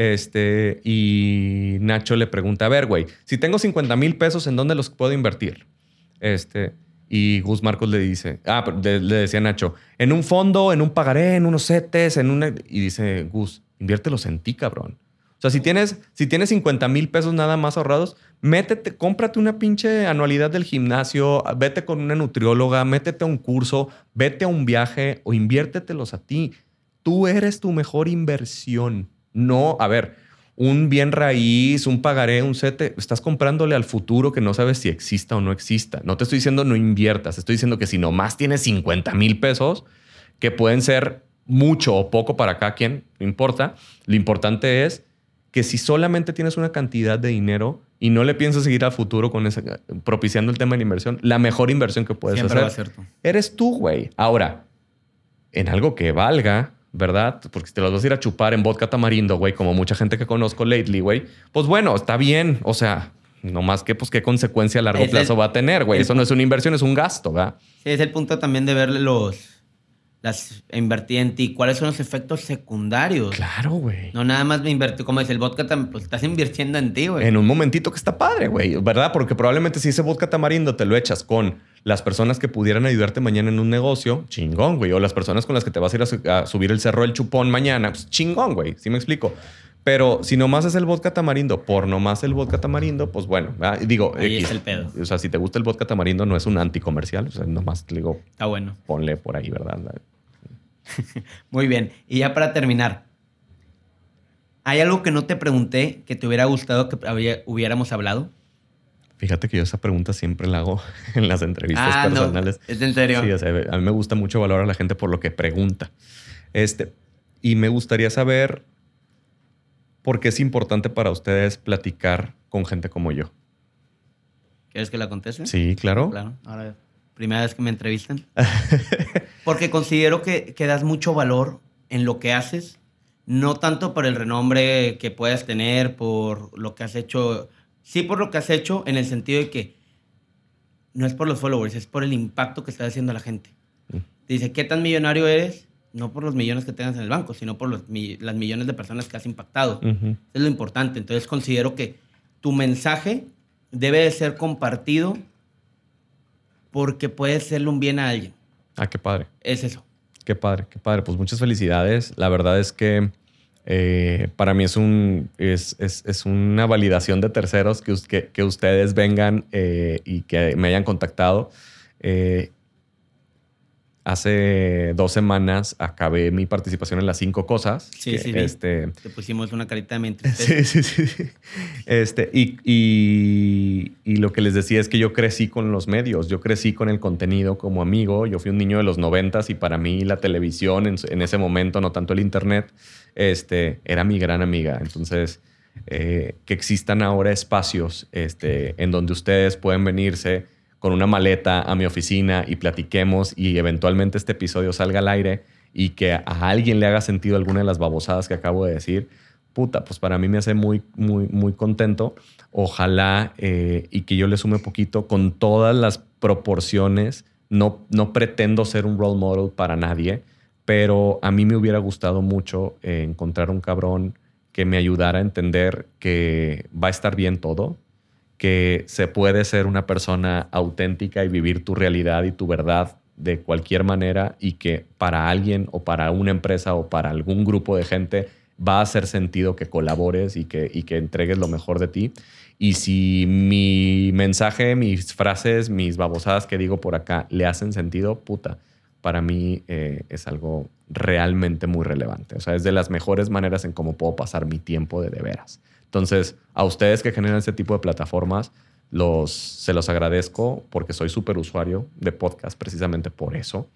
Y Nacho le pregunta, a ver, güey, si tengo 50,000 pesos, ¿en dónde los puedo invertir? Y Gus Marcos le dice, le decía a Nacho, en un fondo, en un pagaré, en unos CETES, y dice Gus, inviértelos en ti, cabrón. O sea, si tienes 50,000 pesos nada más ahorrados, cómprate una pinche anualidad del gimnasio, vete con una nutrióloga, métete a un curso, vete a un viaje o inviértetelos a ti. Tú eres tu mejor inversión. No, a ver, un bien raíz, un pagaré, un CETE, estás comprándole al futuro que no sabes si exista o no exista. No te estoy diciendo no inviertas, estoy diciendo que si nomás tienes 50,000 pesos, que pueden ser mucho o poco para cada quien, no importa. Lo importante es que si solamente tienes una cantidad de dinero y no le piensas seguir a futuro con propiciando el tema de la inversión, la mejor inversión que puedes siempre hacer va a ser tú. Eres tú, güey. Ahora, en algo que valga, ¿verdad? Porque si te los vas a ir a chupar en vodka tamarindo, güey, como mucha gente que conozco lately, güey, pues bueno, está bien. O sea, no más que, pues, qué consecuencia a largo plazo va a tener, güey. Eso no es una inversión, es un gasto, ¿verdad? Sí, es el punto también de verle los invertí en ti. ¿Cuáles son los efectos secundarios? Claro, güey. No nada más me invertí, como dice el vodka, pues estás invirtiendo en ti, güey. En un momentito que está padre, güey, ¿verdad? Porque probablemente si ese vodka tamarindo te lo echas con las personas que pudieran ayudarte mañana en un negocio, chingón, güey. O las personas con las que te vas a ir a subir el Cerro del Chupón mañana, pues chingón, güey. ¿Sí me explico? Pero si nomás es el vodka tamarindo, por nomás el vodka tamarindo, pues bueno, digo, ahí es el pedo. O sea, si te gusta el vodka tamarindo, no es un anticomercial. O sea, nomás te digo, está bueno. Ponle por ahí, ¿verdad? Muy bien. Y ya para terminar, ¿hay algo que no te pregunté que te hubiera gustado que hubiéramos hablado? Fíjate que yo esa pregunta siempre la hago en las entrevistas personales. No, ¿es en serio? Sí, o sea, a mí me gusta mucho valorar a la gente por lo que pregunta. Y me gustaría saber por qué es importante para ustedes platicar con gente como yo. ¿Quieres que la conteste? Sí, claro. Claro. Ahora, primera vez que me entrevistan. Porque considero que das mucho valor en lo que haces, no tanto por el renombre que puedas tener, por lo que has hecho. Sí, por lo que has hecho, en el sentido de que no es por los followers, es por el impacto que estás haciendo a la gente. Te dice, ¿qué tan millonario eres? No por los millones que tengas en el banco, sino por las millones de personas que has impactado. Eso es lo importante. Entonces considero que tu mensaje debe de ser compartido porque puede hacerle un bien a alguien. Ah, qué padre. Es eso. Qué padre, qué padre. Pues muchas felicidades. La verdad es que para mí es una validación de terceros que ustedes vengan y que me hayan contactado. Hace 2 semanas acabé mi participación en las 5 cosas. Sí, sí. Te pusimos una carita de mente. Sí. Y lo que les decía es que yo crecí con los medios. Yo crecí con el contenido como amigo. Yo fui un niño de los 90s y para mí la televisión en ese momento, no tanto el internet, era mi gran amiga. Entonces, que existan ahora espacios en donde ustedes pueden venirse con una maleta a mi oficina y platiquemos y eventualmente este episodio salga al aire y que a alguien le haga sentido alguna de las babosadas que acabo de decir, puta, pues para mí me hace muy, muy, muy contento. Ojalá y que yo le sume poquito con todas las proporciones. No pretendo ser un role model para nadie, pero a mí me hubiera gustado mucho encontrar un cabrón que me ayudara a entender que va a estar bien todo, que se puede ser una persona auténtica y vivir tu realidad y tu verdad de cualquier manera y que para alguien o para una empresa o para algún grupo de gente va a hacer sentido que colabores y que entregues lo mejor de ti. Y si mi mensaje, mis frases, mis babosadas que digo por acá le hacen sentido, puta, para mí es algo realmente muy relevante. O sea, es de las mejores maneras en cómo puedo pasar mi tiempo de veras. Entonces, a ustedes que generan ese tipo de plataformas, se los agradezco porque soy súper usuario de podcast precisamente por eso.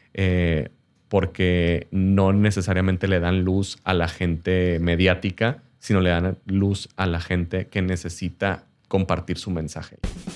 Porque no necesariamente le dan luz a la gente mediática, sino le dan luz a la gente que necesita compartir su mensaje.